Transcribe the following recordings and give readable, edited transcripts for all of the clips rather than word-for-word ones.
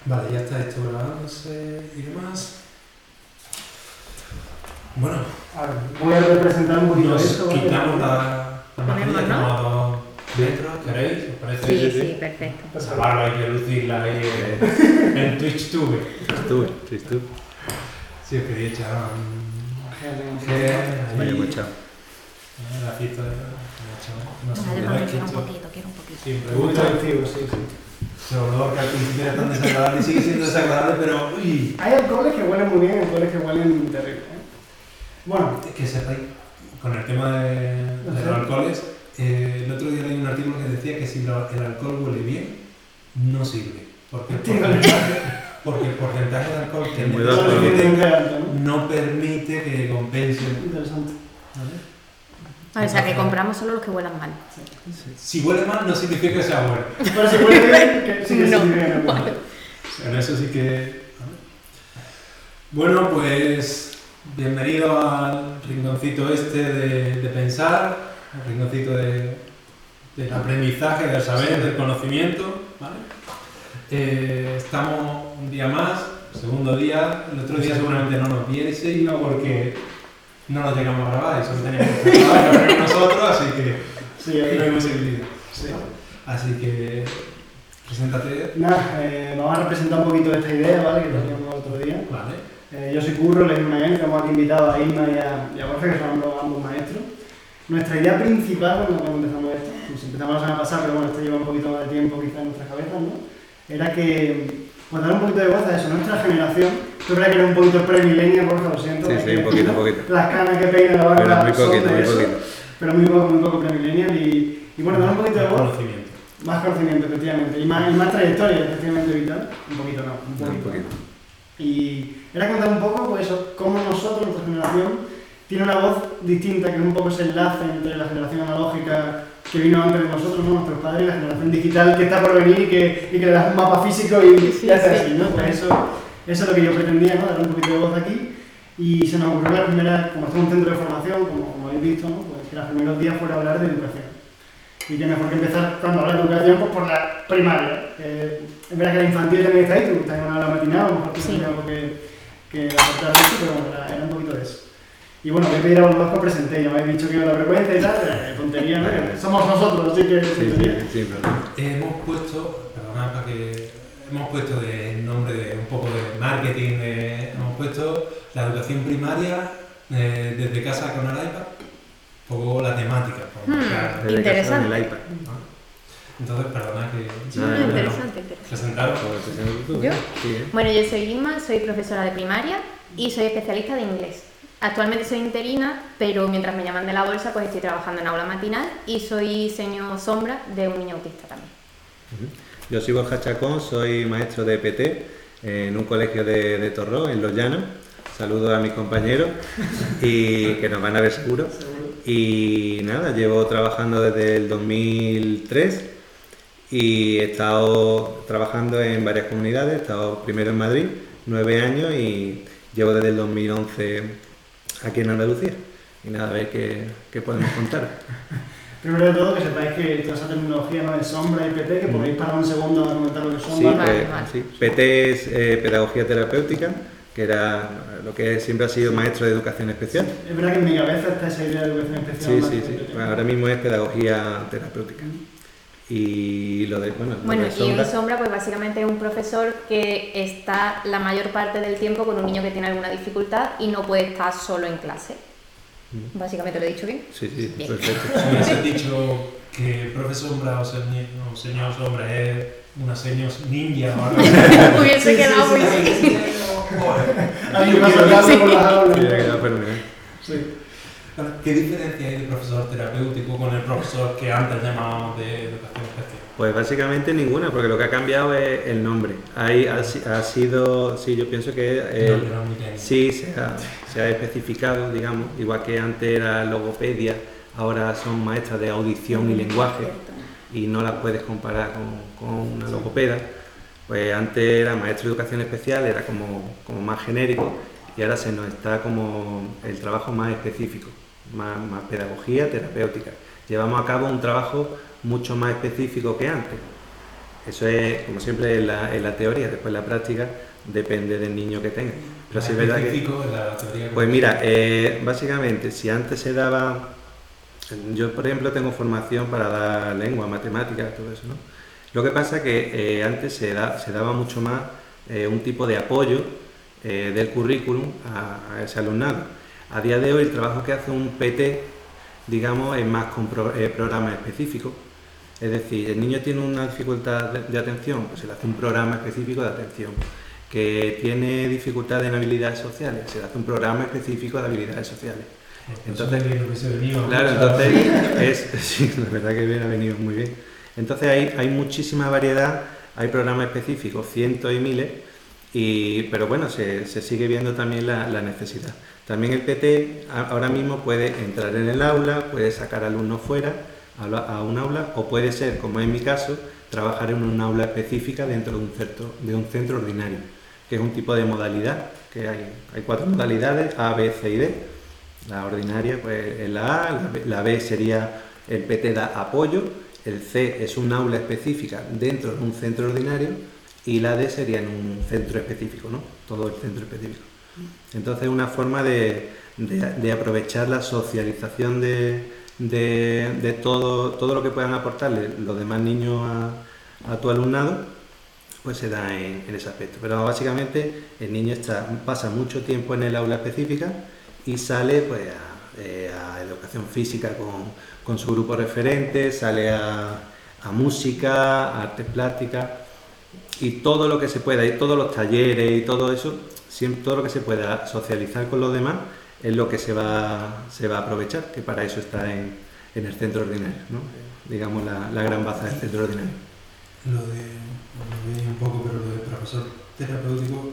Vale, ya está esto grabándose y demás. Bueno, A ver, voy a representar un poquito nos esto. ¿vale? quitamos la mascarilla, Ponemos, ¿no? estamos a 2 metros, ¿queréis? ¿Os parece? Sí, sí, perfecto. Esa barba hay que lucirla ahí en TwitchTube. TwitchTube. Sí, os quería echar Vaya ahí. muchacho. La fiesta de no sé, Yo ¿no? también Es que quiero un esto poquito, quiero un poquito. siempre Muy gusta. traditivo, sí, sí. Ese olor que al principio era tan desagradable y sigue siendo desagradable, pero uy. Hay alcoholes que huelen muy bien y alcoholes que huelen terrible. Bueno, Que sepáis, con el tema de los alcoholes, el otro día leí un artículo que decía que si el alcohol huele bien, no sirve. Porque el porcentaje de alcohol que Es muy el bajo. eso es paciente muy alto, ¿no? no permite que compense. Interesante. ¿Vale? O sea, que compramos solo los que huelan mal. Si huele mal, no significa que sea bueno. Pero si huele bien, que sí que No. sí bien. ¿no? En eso sí que. Bueno, pues bienvenido al rinconcito este de pensar, al rinconcito del aprendizaje, del saber, del conocimiento. ¿Vale? Estamos un día más, segundo día. El otro día seguramente no nos vieseis, no porque no nos llegamos a grabar y solo teníamos que grabar nosotros, así que Sí, ahí. no hay posibilidad. Sí. Así que preséntate. Nada, vamos a representar un poquito esta idea, ¿vale? Que teníamos el otro día. Vale. Yo soy Curro, les Mayen, que hemos aquí invitado a Inma y a Jorge, que son ambos maestros. Nuestra idea principal cuando empezamos esto, pues empezamos la semana pasada, pero bueno, esto lleva un poquito más de tiempo quizá en nuestras cabezas, ¿no? Era que, pues dar un poquito de voz a eso, nuestra generación. Tú crees que eres un poquito premilenia, Jorge, lo siento. Sí, sí, un poquito. Las canas que peina la barba Pero muy son poquito, de muy eso, poquito. pero muy poco premilenial y bueno, dar un poquito de voz. Conocimiento. Más conocimiento, efectivamente, y más trayectoria, efectivamente, vital. Un poquito no, un No, un poquito. poquito. Y era contar un poco, pues eso, cómo nosotros, nuestra generación, tiene una voz distinta, que es un poco ese enlace entre la generación analógica que vino antes de nosotros, ¿no? Nuestros padres, y la generación digital que está por venir y que le das un mapa físico y hace así, ¿no? Pues eso es lo que yo pretendía, ¿no? Dar un poquito de voz aquí. Y se nos ocurrió la primera, como estamos en un centro de formación, como habéis visto, ¿no? Pues que los primeros días fuera a hablar de educación. Y qué mejor que empezar cuando hablas de educación pues por la primaria. Es verdad que la infantil también está ahí, tú estás en una aula matinal, a lo mejor tienes algo que aportar de eso, pero bueno, era un poquito de eso. Y bueno, voy a pedir a los dos que os presentéis, ya me habéis dicho que iba a la frecuencia y tal, tontería, ¿no? Somos nosotros, así que tontería. Sí, problema. Hemos puesto de nombre de un poco de marketing, hemos puesto la educación primaria desde casa con el iPad, un poco la temática. por marcar. Desde casa Interesante. en el iPad. Entonces, perdona que... Interesante. Presentaros. ¿Yo? Sí, Bueno, yo soy Inma, soy profesora de primaria y soy especialista de inglés. Actualmente soy interina, pero mientras me llaman de la bolsa, pues estoy trabajando en aula matinal y soy señor sombra de un niño autista también. Yo soy Borja Chacón, soy maestro de PT en un colegio de Torró, en Los Llanos. Saludos a mis compañeros y que nos van a ver seguro. Y nada, llevo trabajando desde el 2003 y he estado trabajando en varias comunidades. He estado primero en Madrid, 9 años, y llevo desde el 2011 aquí en Andalucía. Y nada, a ver qué podemos contar. Primero de todo, que sepáis que toda esa tecnología, ¿no? De sombra y PT, que podéis parar un segundo a comentar lo que son. Sí, ¿vale? Vale. sí. PT es pedagogía terapéutica, que era lo que siempre ha sido maestro de educación especial. Es verdad que en mi cabeza está esa idea de educación especial. Sí, más sí, que sí. PT. Bueno, ahora mismo es pedagogía terapéutica. Y lo de, Bueno, lo de y sombra, un sombra pues básicamente es un profesor que está la mayor parte del tiempo con un niño que tiene alguna dificultad y no puede estar solo en clase. Básicamente lo he dicho bien. Sí, sí, Bien. perfecto. Si hubiese dicho que profe sombra o señor sombra es una señor ninja o algo así. Hubiese quedado muy bien. A mí me pasa claro con las aulas. Sí, era fenomenal. Sí. ¿Qué diferencia hay de profesor terapéutico con el profesor que antes llamábamos de educación especial? Pues básicamente ninguna, porque lo que ha cambiado es el nombre. Ha sido, sí, yo pienso que No, era muy técnico. sí se ha especificado, digamos, igual que antes era logopedia, ahora son maestras de audición y lenguaje y no las puedes comparar con una logopeda. Pues antes era maestro de educación especial, era como más genérico, y ahora se nos está como el trabajo más específico, más pedagogía terapéutica. Llevamos a cabo un trabajo mucho más específico que antes. Eso es, como siempre, en la teoría, después la práctica depende del niño que tenga. Pero sí es verdad que... la teoría. Pues mira, básicamente, si antes se daba... Yo, por ejemplo, tengo formación para dar lengua, matemáticas, todo eso, ¿no? Lo que pasa es que antes se daba mucho más un tipo de apoyo del currículum a ese alumnado. A día de hoy, el trabajo que hace un PT, digamos, es más con programas específicos. Es decir, el niño tiene una dificultad de atención, pues se le hace un programa específico de atención. Que tiene dificultad en habilidades sociales, se le hace un programa específico de habilidades sociales. Entonces, claro, entonces sí, la verdad que ha venido muy bien. Entonces hay muchísima variedad, hay programas específicos, cientos y miles, pero bueno, se sigue viendo también la necesidad. También el PT ahora mismo puede entrar en el aula, puede sacar alumnos fuera a un aula, o puede ser, como en mi caso, trabajar en un aula específica dentro de un centro ordinario, que es un tipo de modalidad, que hay 4 modalidades, A, B, C y D. La ordinaria pues es la A, la B sería el PT da apoyo, el C es un aula específica dentro de un centro ordinario y la D sería en un centro específico, ¿no? Todo el centro específico. Entonces es una forma de aprovechar la socialización de todo lo que puedan aportarle los demás niños a tu alumnado, pues se da en ese aspecto. Pero básicamente el niño pasa mucho tiempo en el aula específica y sale pues a educación física con su grupo referente, sale a música, a artes plásticas y todo lo que se pueda, y todos los talleres y todo eso, todo lo que se pueda socializar con los demás es lo que se va a aprovechar, que para eso está en el centro ordinario, ¿no? Digamos la gran baza del centro ordinario. Lo de un poco, pero lo de profesor terapéutico,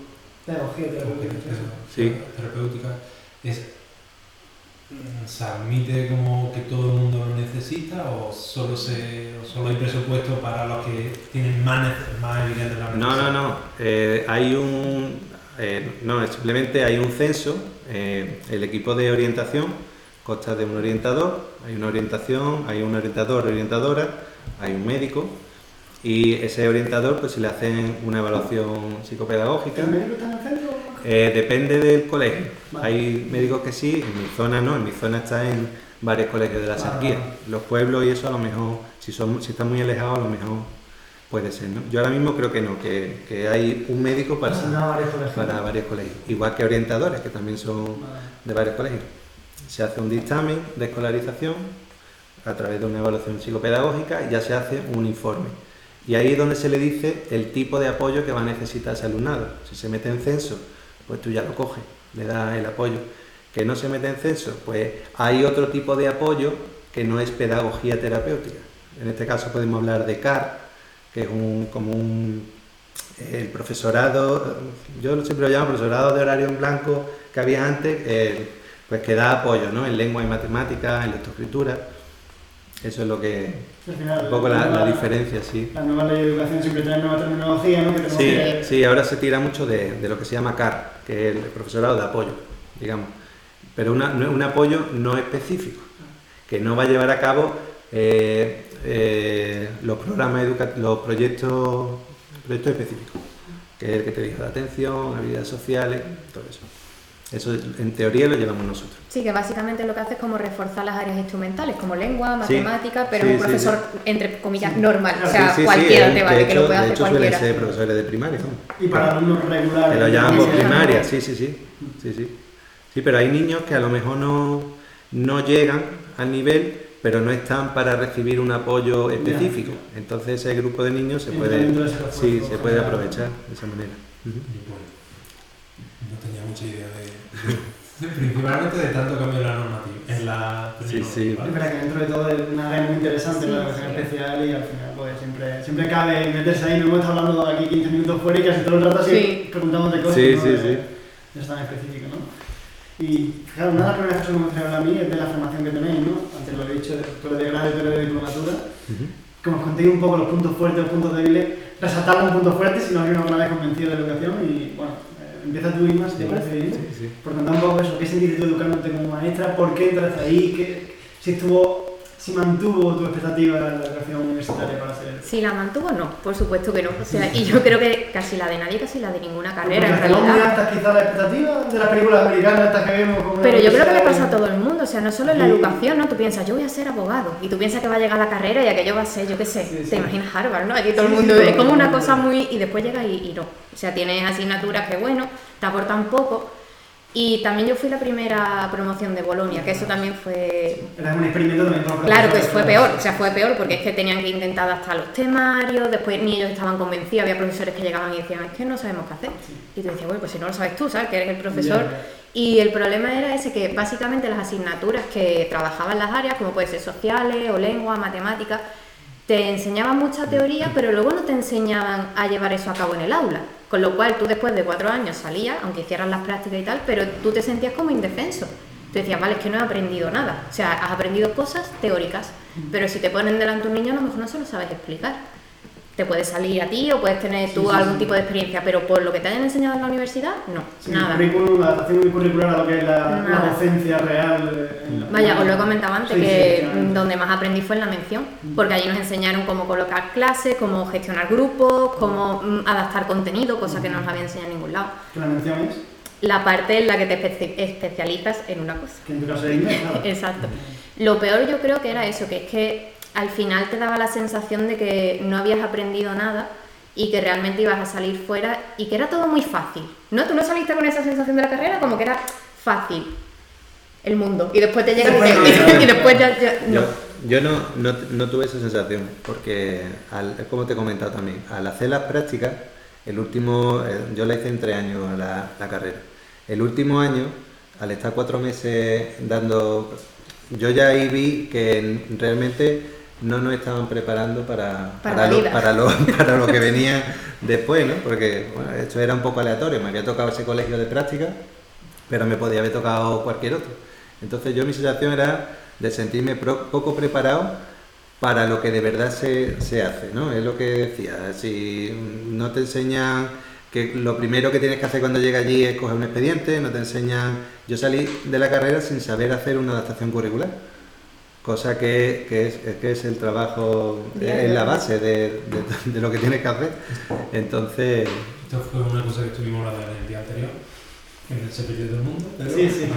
Pedagogía terapéutica, ¿se admite como que todo el mundo lo necesita o solo hay presupuesto para los que tienen más evidente la necesidad? No, simplemente hay un censo. El equipo de orientación consta de un orientador, hay una orientación, hay un orientador, orientadora, hay un médico. Y ese orientador pues se le hacen una evaluación psicopedagógica. ¿El médico está en el centro? Depende del colegio. Vale. Hay médicos que sí, en mi zona no, en mi zona está en varios colegios de la Sarquía. Los pueblos y eso a lo mejor, si están muy alejados a lo mejor puede ser, ¿no? Yo ahora mismo creo que no, que hay un médico para varios colegios. Igual que orientadores, que también son de varios colegios. Se hace un dictamen de escolarización a través de una evaluación psicopedagógica y ya se hace un informe. Y ahí es donde se le dice el tipo de apoyo que va a necesitar ese alumnado. Si se mete en censo, pues tú ya lo coges, le das el apoyo. Que no se mete en censo, pues hay otro tipo de apoyo que no es pedagogía terapéutica. En este caso podemos hablar de CAR, que es el profesorado, yo siempre lo llamo profesorado de horario en blanco que había antes, pues que da apoyo, ¿no? En lengua y matemáticas, en lectoescritura. Eso es lo que... Al final, un poco la diferencia, sí. La nueva ley de educación siempre trae nueva terminología, ¿no? Sí, ahora se tira mucho de lo que se llama CAR, que es el profesorado de apoyo, digamos. Pero un apoyo no específico, que no va a llevar a cabo los programas los proyectos específicos, que es el que te digo, de atención, habilidades sociales, todo eso. Eso en teoría lo llevamos nosotros. Sí, que básicamente lo que hace es como reforzar las áreas instrumentales, como lengua, matemática, pero un profesor, entre comillas, normal. O sea, cualquiera te vale, que lo pueda hacer cualquiera. De hecho, suelen ser profesores de primaria, ¿no? Y para alumnos regulares. Que lo llaman por primaria, sí. Sí, pero hay niños que a lo mejor no llegan al nivel, pero no están para recibir un apoyo específico. Entonces ese grupo de niños se puede aprovechar de esa manera. No tenía mucha idea principalmente de tanto cambio en la normativa. Sí. Es verdad que dentro de todo es una área muy interesante la educación especial y al final pues siempre cabe meterse ahí. No hemos estado hablando aquí 15 minutos fuera y casi todo el rato así preguntamos de cosas no es tan específico, ¿no? Y claro, una de las primeras cosas que me gustaría hablar a mí es de la formación que tenéis, ¿no? Antes lo he dicho, tú eres de grado y tú eres de diplomatura. Que nos contéis un poco los puntos fuertes, los puntos débiles, resaltar los puntos fuertes si no hay una vez convencido de la educación y bueno. Empieza tú, Inma, si te parece bien. Sí. Por contar un poco eso, ¿qué sentiste tú educándote como maestra? ¿Por qué entraste ahí? Si estuvo si mantuvo tu expectativa de la educación universitaria para ser... Si la mantuvo, no, por supuesto que no. O sea, y yo creo que casi la de nadie, casi la de ninguna carrera, en ¿Porque muy realidad. altas quizás la expectativa de las películas americanas estas que vemos? Como Pero yo creo que le universidad pasa a y- todo el mundo, o sea, no solo en la Sí. educación, ¿no? Tú piensas, yo voy a ser abogado, y tú piensas que va a llegar la carrera y aquello va a ser, yo qué sé, Sí, sí. te imaginas Harvard, ¿no? Aquí todo el Sí, mundo, sí, es como una todo el cosa mundo. muy... y después llega y no. O sea, tienes asignaturas que, bueno, te aportan poco. Y también yo fui la primera promoción de Bolonia, que eso también fue... Era un experimento también con los Claro, pues profesores, fue claro. peor, o sea, fue peor porque es que tenían que intentar adaptar los temarios, después ni ellos estaban convencidos, había profesores que llegaban y decían, es que no sabemos qué hacer. Y tú decías, bueno, pues si no lo sabes tú, ¿sabes? Que eres el profesor. Ya, ya. Y el problema era ese, que básicamente las asignaturas que trabajaban las áreas, como puede ser sociales o lengua, matemáticas, te enseñaban mucha teoría, pero luego no te enseñaban a llevar eso a cabo en el aula. Con lo cual tú después de 4 años salías, aunque hicieras las prácticas y tal, pero tú te sentías como indefenso. Tú decías, vale, es que no he aprendido nada. O sea, has aprendido cosas teóricas, pero si te ponen delante un niño a lo mejor no se lo sabes explicar. Te puede salir a ti o puedes tener tú Sí, sí, algún sí. tipo de experiencia, pero por lo que te hayan enseñado en la universidad, no, Sí, nada. currículum, la adaptación curricular a lo que es la Nada. docencia real. Vaya, os lo he comentado antes, Sí, sí, que efectivamente. donde más aprendí fue en la mención, porque allí nos enseñaron cómo colocar clases, cómo gestionar grupos, cómo adaptar contenido, cosa que no nos había enseñado en ningún lado. Que la mención es, La parte en la que te especializas en una cosa. que en tu caso es inglés, claro. Exacto. Lo peor yo creo que era eso, que es que al final te daba la sensación de que no habías aprendido nada y que realmente ibas a salir fuera y que era todo muy fácil. ¿No? ¿Tú no saliste con esa sensación de la carrera? Como que era fácil el mundo. Y después te llega y después ya no. Yo no tuve esa sensación, porque, es como te he comentado también, al hacer las prácticas, yo la hice en 3 años la carrera. El último año, al estar 4 meses dando, yo ya ahí vi que realmente no nos estaban preparando Para la vida. para lo que venía después, ¿no? Porque bueno, esto era un poco aleatorio, me había tocado ese colegio de práctica, pero me podía haber tocado cualquier otro. Entonces mi sensación era de sentirme poco preparado para lo que de verdad se hace, ¿no? Es lo que decía, si no te enseñan que lo primero que tienes que hacer cuando llegas allí es coger un expediente, no te enseñan... Yo salí de la carrera sin saber hacer una adaptación curricular, cosa que es el trabajo, es la base de lo que tienes que hacer. Entonces... Esto fue una cosa que estuvimos hablando en el día anterior, que se perdió todo el mundo, pero Sí, sí.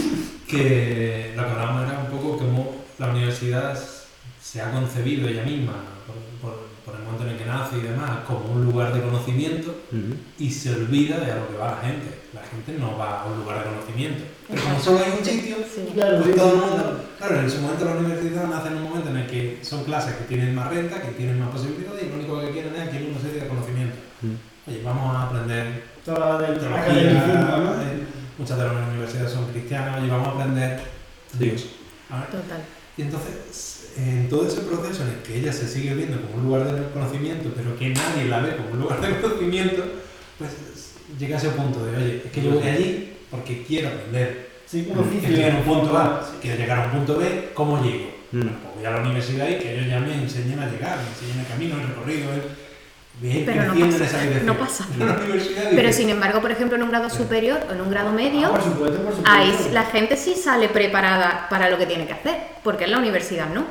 que lo que hablábamos era un poco cómo la universidad se ha concebido ella misma, por el momento en el que nace y demás, como un lugar de conocimiento y se olvida de a lo que va la gente. La gente no va a un lugar de conocimiento. Pero como solo hay un sitio, Sí. Claro, pues sí, todo el sí, mundo... Claro, en su momento la universidad nace en un momento en el que son clases que tienen más renta, que tienen más posibilidades y lo único que quieren es adquirir una serie de conocimientos. Oye, vamos a aprender Toda del teología, academicismo, ¿no? muchas de las universidades son cristianas, oye, vamos a aprender Dios. A ver. Total. Y entonces, en todo ese proceso en el que ella se sigue viendo como un lugar de conocimiento, pero que nadie la ve como un lugar de conocimiento, pues llega a ese punto de, oye, es que yo voy allí porque quiero aprender. Sí, un oficio. Estoy en un punto A, quiero llegar a un punto B, ¿cómo llego? Bueno, pues voy a la universidad y que ellos ya me enseñen a llegar, me enseñen el camino, el recorrido, voy a ir Pero no creciendo en pasa, esa dirección. no pasa. En la universidad Pero dices, sin embargo, por ejemplo, en un grado superior o en un grado medio, Por supuesto, por supuesto. ahí la gente sí sale preparada para lo que tiene que hacer, porque en la universidad no.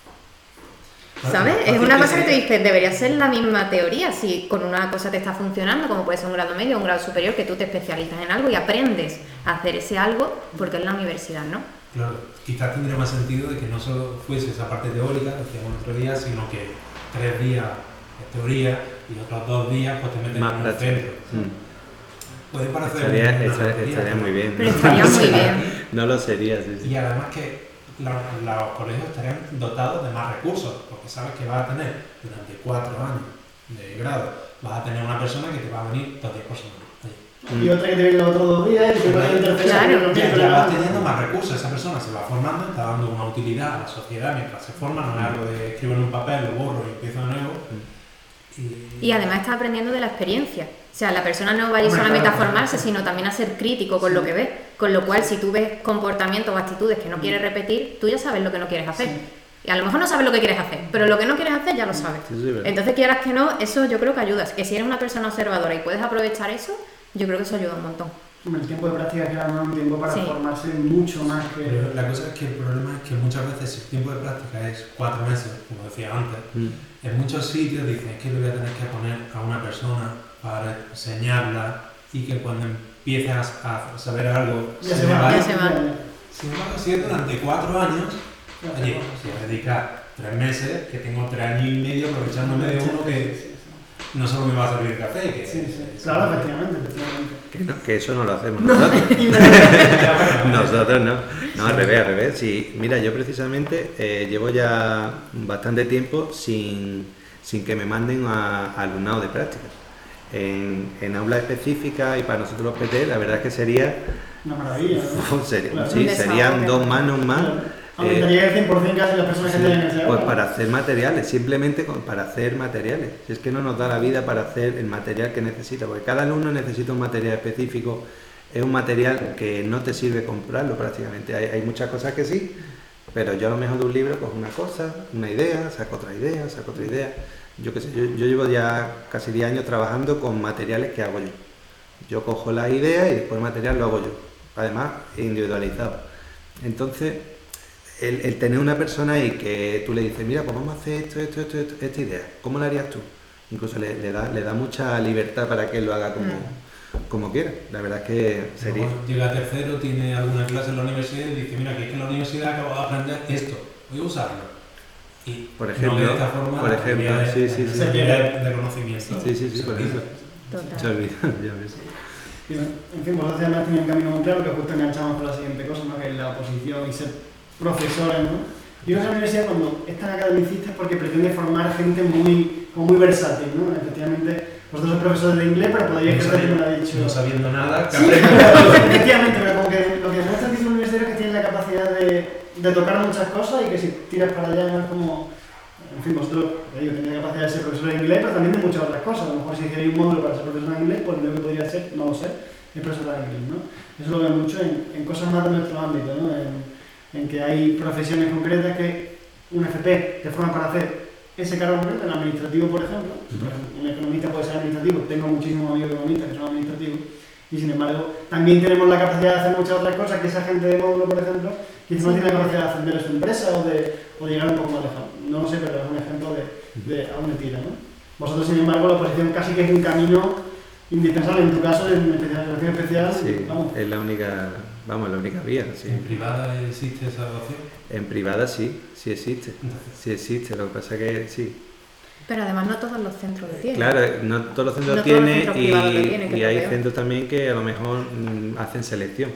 ¿Sabes? Es una cosa que te dices, debería ser la misma teoría. Si con una cosa te está funcionando, como puede ser un grado medio o un grado superior, que tú te especializas en algo y aprendes a hacer ese algo, porque en la universidad no. Claro, quizás tendría más sentido de que no solo fuese esa parte teórica, decíamos el otro día, sino que 3 días de teoría y otros 2 días pues te meten Más en un práctica. centro. Puede parecer Estaría muy bien. Pero estaría muy bien. No lo sería, sí, sí. Y además que los colegios estarían dotados de más recursos, porque sabes que vas a tener durante 4 años de grado, vas a tener una persona que te va a venir 2 días por semana. Y otra que te viene los otros 2 días y que va a tercera. Claro. Ya vas teniendo más recursos, esa persona se va formando, está dando una utilidad a la sociedad mientras se forma, no es algo de escribo en un papel, lo borro y empiezo de nuevo. Y además está aprendiendo de la experiencia. O sea, la persona no va a ir Hombre, solamente claro. a formarse, sino también a ser crítico con lo que ve. Con lo cual, si tú ves comportamientos o actitudes que no quieres repetir, tú ya sabes lo que no quieres hacer. Sí. Y a lo mejor no sabes lo que quieres hacer, pero lo que no quieres hacer ya lo sabes. Sí, sí, verdad. Entonces, quieras que no, eso yo creo que ayuda. Que si eres una persona observadora y puedes aprovechar eso, yo creo que eso ayuda un montón. El tiempo de práctica es que era un tiempo para Sí. formarse mucho más que... Pero la cosa es que el problema es que muchas veces si el tiempo de práctica es 4 meses, como decía antes, en muchos sitios dicen es que le voy a tener que poner a una persona para enseñarla y que cuando empieces a saber algo Ya se se me va. vaya. Ya se va. Sin embargo, si es durante 4 años, oye, si voy a dedicar 3 meses, que tengo 3 años y medio aprovechándome de uno que no solo me va a servir el café, que... Sí, sí. Claro, efectivamente. Que eso no lo hacemos nosotros. Nosotros no. No, al revés. Sí, mira, yo precisamente llevo ya bastante tiempo sin que me manden a alumnado de prácticas. En aula específica y para nosotros los PT, la verdad es que sería... Una maravilla, ¿no? Claro. Sí, Un serían desahogo. 2 manos más. Aumentaría el 100% casi las personas que tienen ese Pues aula. para hacer materiales, simplemente para hacer materiales. Si es que no nos da la vida para hacer el material que necesita, porque cada alumno necesita un material específico, es un material que no te sirve comprarlo prácticamente. Hay muchas cosas que sí, pero yo a lo mejor de un libro cojo una cosa, una idea, saco otra idea, saco otra idea. Yo qué sé, yo llevo ya casi 10 años trabajando con materiales que hago yo. Yo cojo las ideas y después el material lo hago yo, además individualizado. Entonces, el tener una persona ahí que tú le dices, mira, pues vamos a hacer esta idea, ¿cómo la harías tú? Incluso le da mucha libertad para que él lo haga como quiera. La verdad es que sería... Luego llega a tercero, tiene alguna clase en la universidad y dice, mira, que es que en la universidad acabo de aprender esto, voy a usarlo. Y Por ejemplo, no de esta forma, por ejemplo, la sí. de conocimiento. Sí, por eso. Total. Se olvida, ya ves. En fin, vosotros además tenéis un camino muy claro que justo enganchamos con la siguiente cosa, ¿no? Que es la oposición y ser profesores, ¿no? Yo creo que la universidad cuando es tan academicista es porque pretende formar gente como muy versátil, ¿no? Efectivamente, vosotros sois profesores de inglés, pero podríais ejercer, como lo ha dicho... No sabiendo nada, Sí, efectivamente, pero como que lo que demuestra el título universitario es que tienes la capacidad de tocar muchas cosas y que si tiras para allá no es como... En fin, vosotros, tenéis la capacidad de ser profesor de inglés, pero también de muchas otras cosas. A lo mejor si hicierais un módulo para ser profesor de inglés, pues lo que podría ser, no lo sé, es profesor de inglés, ¿no? Eso lo veo mucho en cosas más de nuestro ámbito, ¿no? En que hay profesiones concretas que un FP te forma para hacer ese cargo concreto, el administrativo, por ejemplo. Un economista puede ser administrativo, tengo muchísimos amigos economistas que son administrativos, y sin embargo también tenemos la capacidad de hacer muchas otras cosas que esa gente de módulo, por ejemplo, quizás no tiene la capacidad de ascender a su empresa o de llegar un poco más lejos. No lo sé, pero es un ejemplo de a dónde tira, ¿no? Vosotros, sin embargo, la oposición casi que es un camino indispensable. En tu caso, en especialización especial, Sí, vamos. es la única vía. Sí. ¿En privada existe esa opción? En privada sí existe. Sí existe, lo que pasa es que sí. Pero además no todos los centros lo tienen. Claro, no todos los centros No todos los tienen centros privados lo tienen, que y es hay peor. centros también que a lo mejor hacen selección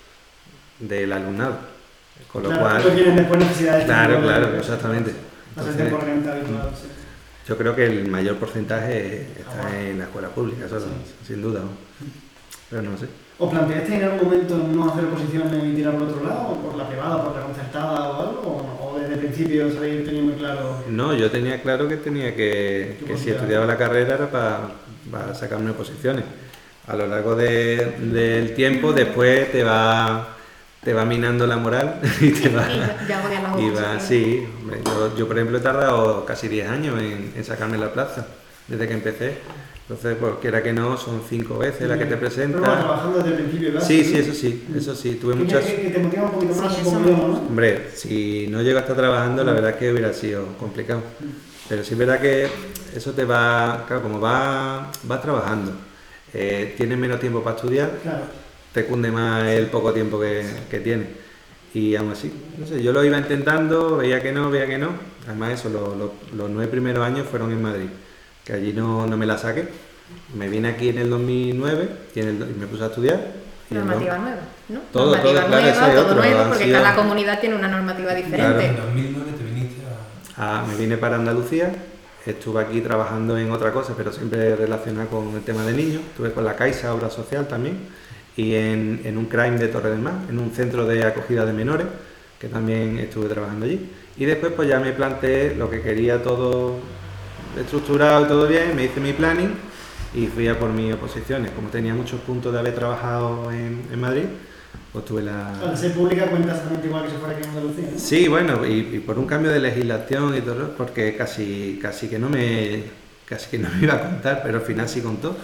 del alumnado. Con lo Claro, cual, no tienen después necesidad de... claro, exactamente. La Entonces, selección por renta habitual, sí. yo creo que el mayor porcentaje está en la escuela pública, eso sin duda. ¿No? Pero no sé. ¿Os planteaste en algún momento no hacer oposición y tirar por otro lado? ¿Por la privada, por la concertada o algo? ¿O no? ¿O desde el principio sabéis tenía muy claro? No, yo tenía claro que tenía que si estudiaba la carrera era para sacarme oposiciones. A lo largo del tiempo después te va minando la moral y te va... Ya odian las Y oposiciones. sí, hombre, yo por ejemplo he tardado casi 10 años en sacarme la plaza, desde que empecé. Entonces, pues quiera que no, son 5 veces la que te Pero bueno, presenta. trabajando desde el principio, ¿verdad? Sí, eso sí, tuve muchas... Que te motiva un poquito más, Sí, supongo yo, ¿no? Hombre, si no llego a estar trabajando, la verdad es que hubiera sido complicado. Pero sí es verdad que eso te va, claro, como vas trabajando, tienes menos tiempo para estudiar, Claro. te cunde más el poco tiempo que tienes. Y aún así, no sé, yo lo iba intentando, veía que no. Además eso, los 9 primeros años fueron en Madrid, que allí no me la saqué. Me vine aquí en el 2009 y me puse a estudiar. Y Normativa nueva, ¿no? Todo, normativa claro, ese nueva, es todo otro, nuevo, han porque sido- cada comunidad tiene una normativa diferente. En 2009 te viniste a... Me vine para Andalucía, estuve aquí trabajando en otra cosa, pero siempre relacionada con el tema de niños. Estuve con la Caixa, Obra Social también, y en un CRIME de Torre del Mar, en un centro de acogida de menores, que también estuve trabajando allí. Y después pues ya me planteé lo que quería todo estructurado y todo bien, me hice mi planning y fui a por mis oposiciones. Como tenía muchos puntos de haber trabajado en Madrid, pues tuve la... Al ser pública cuenta exactamente igual que si fuera aquí en Andalucía, ¿no? Sí, bueno, y por un cambio de legislación y todo, porque casi que no me iba a contar, pero al final sí contó.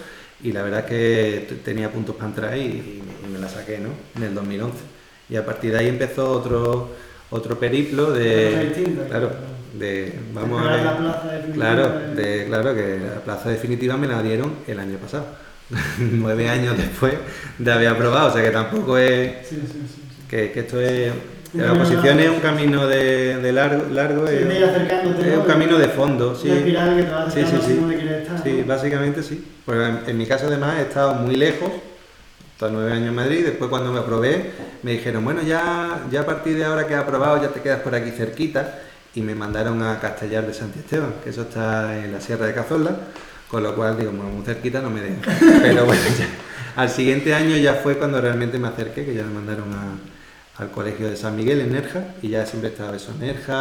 y la verdad es que tenía puntos para entrar y me la saqué, ¿no? En el 2011. Y a partir de ahí empezó otro periplo claro, vamos a ver, la plaza definitiva claro, que la plaza definitiva me la dieron el año pasado, 9 años después de haber aprobado, o sea que tampoco es, sí. que esto es, la oposición es un camino de largo, Sí, de ir acercándote, es ¿no? un camino de fondo, sí. Una espiral que te va acercando Sí. hacia donde quieres estar, Sí, ¿no? básicamente sí. Porque en mi caso además he estado muy lejos, hasta 9 años en Madrid, después cuando me aprobé me dijeron, bueno, ya a partir de ahora que has aprobado ya te quedas por aquí cerquita, y me mandaron a Castellar de Santi Esteban, que eso está en la Sierra de Cazorla, con lo cual digo, bueno, muy cerquita no me dejan. Pero bueno, al siguiente año ya fue cuando realmente me acerqué, que ya me mandaron al colegio de San Miguel en Nerja, y ya siempre estaba eso,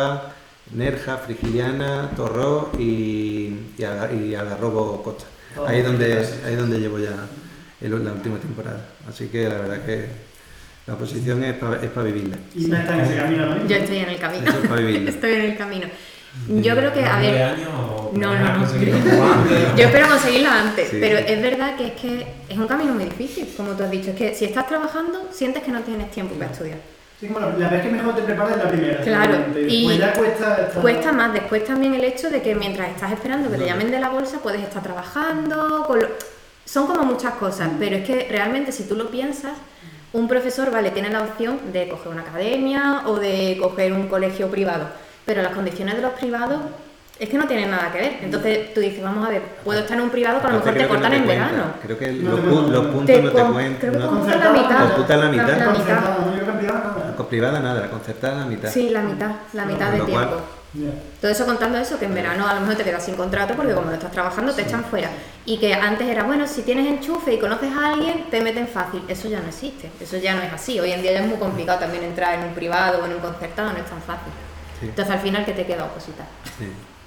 Nerja, Frigiliana, Torró y Algarrobo Costa. Ahí es donde llevo ya la última temporada. Así que la verdad que la oposición es para vivirla. Y no está en ese camino, ¿no? Yo estoy en el camino. Eso es para vivirla. Estoy en el camino. Yo creo que, a ver... 9 años o No. conseguirlo antes? Yo espero conseguirlo antes, Sí. pero es verdad que es un camino muy difícil, como tú has dicho. Es que si estás trabajando, sientes que no tienes tiempo para estudiar. Sí, como la vez que mejor te preparas es la primera. Claro, seguramente. y Después ya cuesta... Cuesta más. Después también el hecho de que mientras estás esperando que te llamen de la bolsa, puedes estar trabajando. Son como muchas cosas, pero es que realmente si tú lo piensas, un profesor, vale, tiene la opción de coger una academia o de coger un colegio privado, pero las condiciones de los privados es que no tienen nada que ver. Entonces tú dices, vamos a ver, puedo estar en un privado que a lo mejor te cortan en verano. Creo que No los te cuentan. puntos no te Creo que cuentan. computan la mitad. Computan la mitad. La mitad. Concertada, ¿no? Yo creo que en privada no. Con privada nada, la concertada la mitad. Sí, la mitad Con de lo cual- tiempo. Ya. Todo eso contando eso, que en verano a lo mejor te quedas sin contrato porque como no estás trabajando te echan fuera. Y que antes era, bueno, si tienes enchufe y conoces a alguien, te meten fácil. Eso ya no existe, eso ya no es así. Hoy en día ya es muy complicado también entrar en un privado o en un concertado, no es tan fácil. Sí. Entonces al final, ¿qué te queda? Opositar. Sí.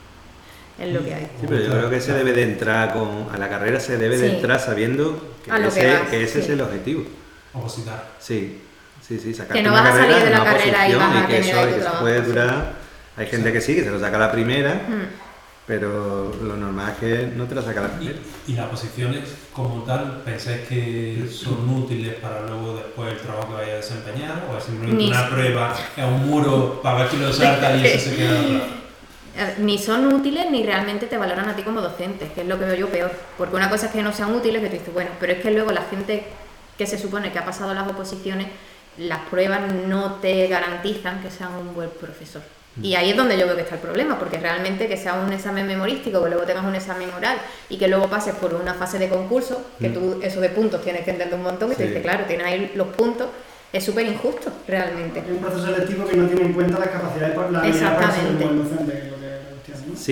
Es lo que hay. Sí, pero yo creo que se debe de entrar a la carrera se debe de Sí. entrar sabiendo A lo ese, que vas, ese es sí. el objetivo. Opositar. Sí, sacar Que no vas a salir de la carrera y vas a que tener ahí tu eso trabajo, puede sí. durar. Hay gente que sí, que se lo saca a la primera, Mm. pero lo normal es que no te lo saca a la primera. Y las posiciones como tal, ¿pensáis que son útiles para luego después el trabajo que vaya a desempeñar? ¿O es simplemente Ni- una prueba a un muro para ver quién lo salta y eso se queda atrás? Ni son útiles ni realmente te valoran a ti como docente, que es lo que veo yo peor. Porque una cosa es que no sean útiles, que tú dices, bueno, pero es que luego la gente que se supone que ha pasado las oposiciones, las pruebas no te garantizan que sean un buen profesor. Y ahí es donde yo veo que está el problema, porque realmente que sea un examen memorístico, que luego tengas un examen oral y que luego pases por una fase de concurso, que tú eso de puntos tienes que entender un montón y te Sí. dice, claro, tienes ahí los puntos, es súper injusto realmente. Es un proceso selectivo que no tiene en cuenta las capacidades, la habilidad para ser un buen docente, que es lo que es la cuestión, ¿no?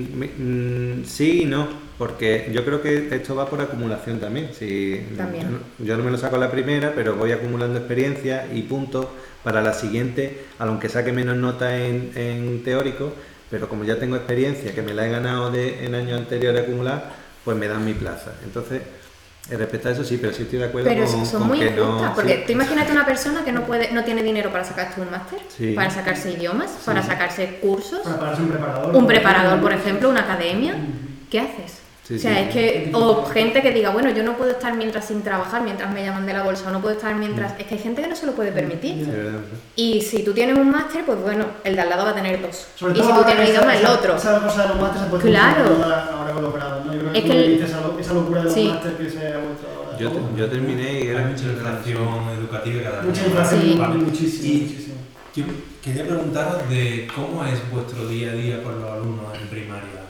Sí y no, porque yo creo que esto va por acumulación también. Sí, También. yo no me lo saco a la primera, pero voy acumulando experiencia y puntos para la siguiente, aunque saque menos nota en teórico, pero como ya tengo experiencia, que me la he ganado en años anteriores acumular, pues me dan mi plaza. Entonces, respecto a eso sí, pero sí estoy de acuerdo Pero con, son con muy que injustas, no... porque sí. tú imagínate una persona que no tiene dinero para sacarse un máster, Sí. para sacarse idiomas, para sacarse cursos, Para pararse un preparador. un preparador, por ejemplo, una academia, ¿qué haces? Sí, o sea, sí. es que, o gente que diga, bueno, yo no puedo estar mientras sin trabajar, mientras me llaman de la bolsa, o no puedo estar mientras... Es que hay gente que no se lo puede permitir. Sí, verdad, verdad. Y si tú tienes un máster, pues bueno, el de al lado va a tener dos. Sobre Y si todo tú ahora tienes esa- idioma, el esa- otro. Esa cosa de los másteres se ha puesto Claro. mucho de moda ahora con los grados, ¿no? Yo creo que Es tú que el- dices esa locura de los Sí. másteres que se ha vuelto ahora. Yo terminé y Hay era... mucha inflación educativa cada vez Mucha más. inflación, Sí. Vale. muchísimo, Y muchísimo. yo quería preguntaros de cómo es vuestro día a día con los alumnos en primaria.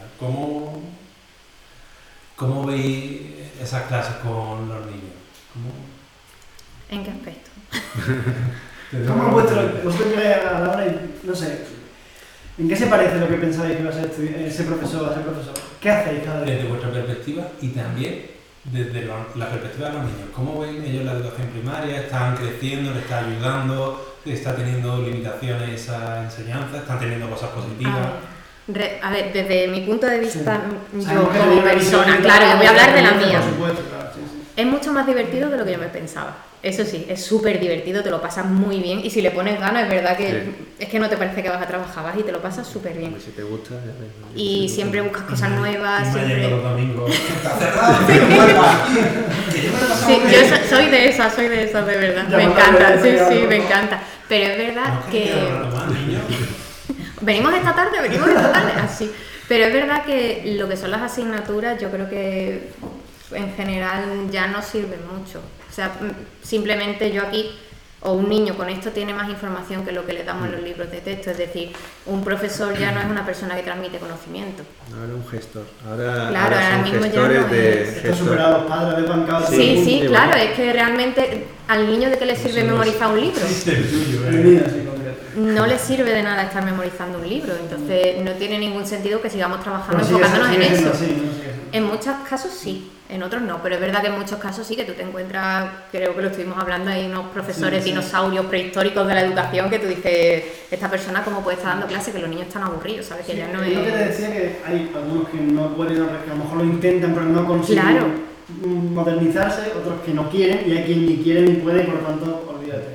¿Cómo veis esas clases con los niños? ¿En qué aspecto? ¿Cómo es vosotros llegáis a la hora y, no sé, en qué se parece lo que pensabais que iba a ser ese profesor, ese profesor? ¿Qué hacéis cada día? Desde vuestra perspectiva y también desde la perspectiva de los niños. ¿Cómo ven ellos la educación primaria? ¿Están creciendo? ¿Les está ayudando? ¿Está teniendo limitaciones esa enseñanza? ¿Están teniendo cosas positivas? A ver, desde mi punto de vista, Sí. yo Sabemos que como tenéis una persona, visión claro, yo voy a hablar de la por mía. supuesto, claro, sí, sí. Es mucho más divertido de lo que yo me pensaba. Eso sí, es súper divertido, te lo pasas muy bien y si le pones ganas es verdad que es que no te parece que vas a trabajar, vas y te lo pasas súper bien. Si te gusta, y siempre buscas cosas nuevas. Y siempre... yendo los domingos. Está cerrado, que vuelva. Que yo me lo he pasado Sí, muy yo bien. soy de esas, de verdad. Ya Me me encanta, acuerdo, sí, ya sí, me me acuerdo. encanta. Pero es verdad No, que queda un rato más, niño. venimos esta tarde, así. Pero es verdad que lo que son las asignaturas, yo creo que en general ya no sirven mucho. O sea, simplemente yo aquí, o un niño con esto tiene más información que lo que le damos en los libros de texto. Es decir, un profesor ya no es una persona que transmite conocimiento. Ahora un gestor. Ahora, Claro, ahora son mismo ya gestores no de es- Está gestor. superado a los padres de bancada. Sí, sí, bueno. claro, es que realmente al niño de qué le sirve memorizar un libro. Es el tuyo, De vida, sí, concreto. No le sirve de nada estar memorizando un libro, entonces no tiene ningún sentido que sigamos trabajando Pero sigue enfocándonos en siendo eso. así, ¿no? Sigue siendo. En muchos casos sí, en otros no, pero es verdad que en muchos casos sí que tú te encuentras, creo que lo estuvimos hablando, hay unos profesores Sí, sí. dinosaurios prehistóricos de la educación que tú dices, esta persona cómo puede estar dando clase, que los niños están aburridos, ¿sabes? Que Sí, ya no es lo que te es... decía, que hay algunos que no pueden, que a lo mejor lo intentan pero no consiguen Claro. modernizarse, otros que no quieren y hay quien ni quiere ni puede y por lo tanto olvídate.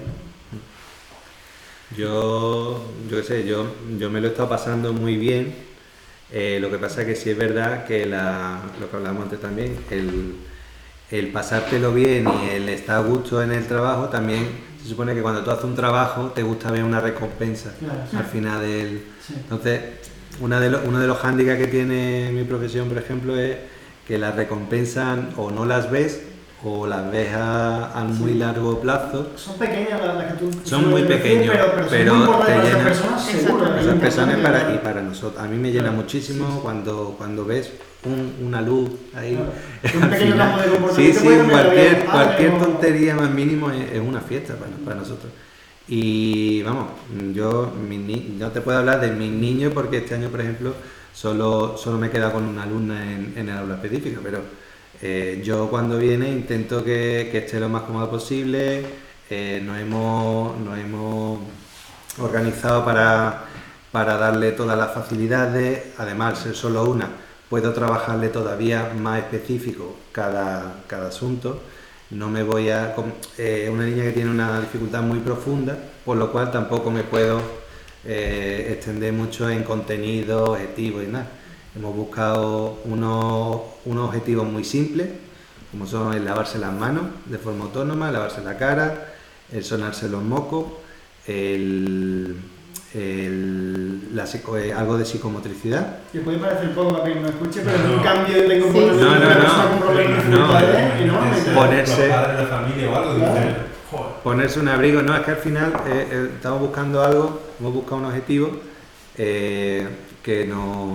¿no? Yo qué sé, yo me lo he estado pasando muy bien. Lo que pasa es que sí es verdad que lo que hablábamos antes también, el pasártelo bien y el estar a gusto en el trabajo, también se supone que cuando tú haces un trabajo te gusta ver una recompensa Claro. al final del... Sí. Entonces, uno de los hándicaps que tiene mi profesión, por ejemplo, es que las recompensas o no las ves o las ves a muy largo plazo. Son pequeñas las que tú Son muy sueles decir, pequeños, pero pero son muy importantes te para llenan. esas personas, seguro. Exactamente. Esas personas Importante y para nosotros. A mí me llena muchísimo cuando ves una luz ahí. Claro. Un al pequeño final. campo de Sí, comportamiento sí, puede cambiar la vida de un padre, cualquier o- tontería más mínimo es una fiesta para nosotros. Y vamos, no te puedo hablar de mis niños porque este año, por ejemplo, solo me he quedado con una alumna en el aula específica, pero yo cuando viene intento que esté lo más cómodo posible. Nos hemos organizado para darle todas las facilidades. Además, al ser solo una, puedo trabajarle todavía más específico cada asunto. No me voy a... una niña que tiene una dificultad muy profunda, por lo cual tampoco me puedo extender mucho en contenido, objetivos y nada. Hemos buscado unos objetivos muy simples, como son el lavarse las manos de forma autónoma, lavarse la cara, el sonarse los mocos, algo de psicomotricidad. Que puede parecer poco para quien no escuche, pero es No. un cambio de comportamiento No, de no, una no. persona con problemas de No, dificultades enorme. Ese- Ponerse- Los padres de familia o algo, Claro. dicen, joder. Ponerse un abrigo, no, es que al final estamos buscando algo, hemos buscado un objetivo que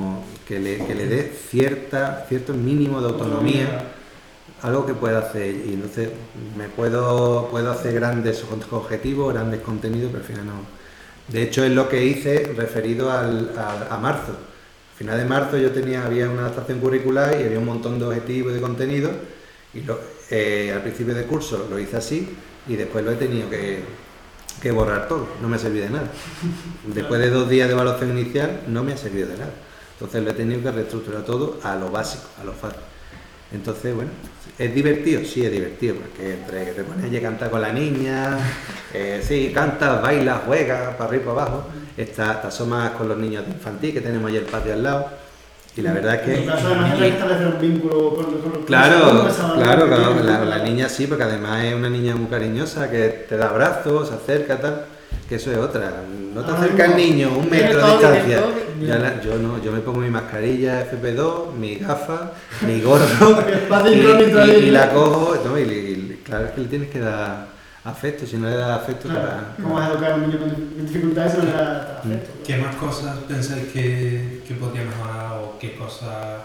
le dé cierto mínimo de autonomía, algo que pueda hacer, y entonces puedo hacer grandes objetivos, grandes contenidos, pero al final no. De hecho es lo que hice referido a marzo. Al final de marzo había una adaptación curricular y había un montón de objetivos y de contenidos, y al principio del curso lo hice así y después lo he tenido que borrar todo, no me ha servido de nada. Después de 2 días de evaluación inicial no me ha servido de nada. Entonces lo he tenido que reestructurar todo a lo básico, a lo fácil. Entonces, bueno, ¿es divertido? Sí, es divertido, porque entre que te pones allí a cantar con la niña, sí, cantas, bailas, juegas, para arriba y para abajo, te asomas con los niños de infantil, que tenemos allí el patio al lado, y la verdad es que... En tu caso, además, hay que establecer un vínculo con Claro, esa- claro, que la niña sí, porque además es una niña muy cariñosa, que te da abrazos, se acerca, tal, que eso es otra. No te Ah, acerca al no. niño, 1 metro de El COVID, distancia. el COVID. Yo no, yo me pongo mi mascarilla FP2, mi gafa, mi gorro, Va de incógnito ahí, y ¿no? la cojo, ¿no? Y claro es que le tienes que dar afecto, si no le das afecto Claro, ¿cómo vas a educar a un niño con dificultades si no le das afecto? ¿Qué más cosas pensáis que podría mejorar o qué cosas,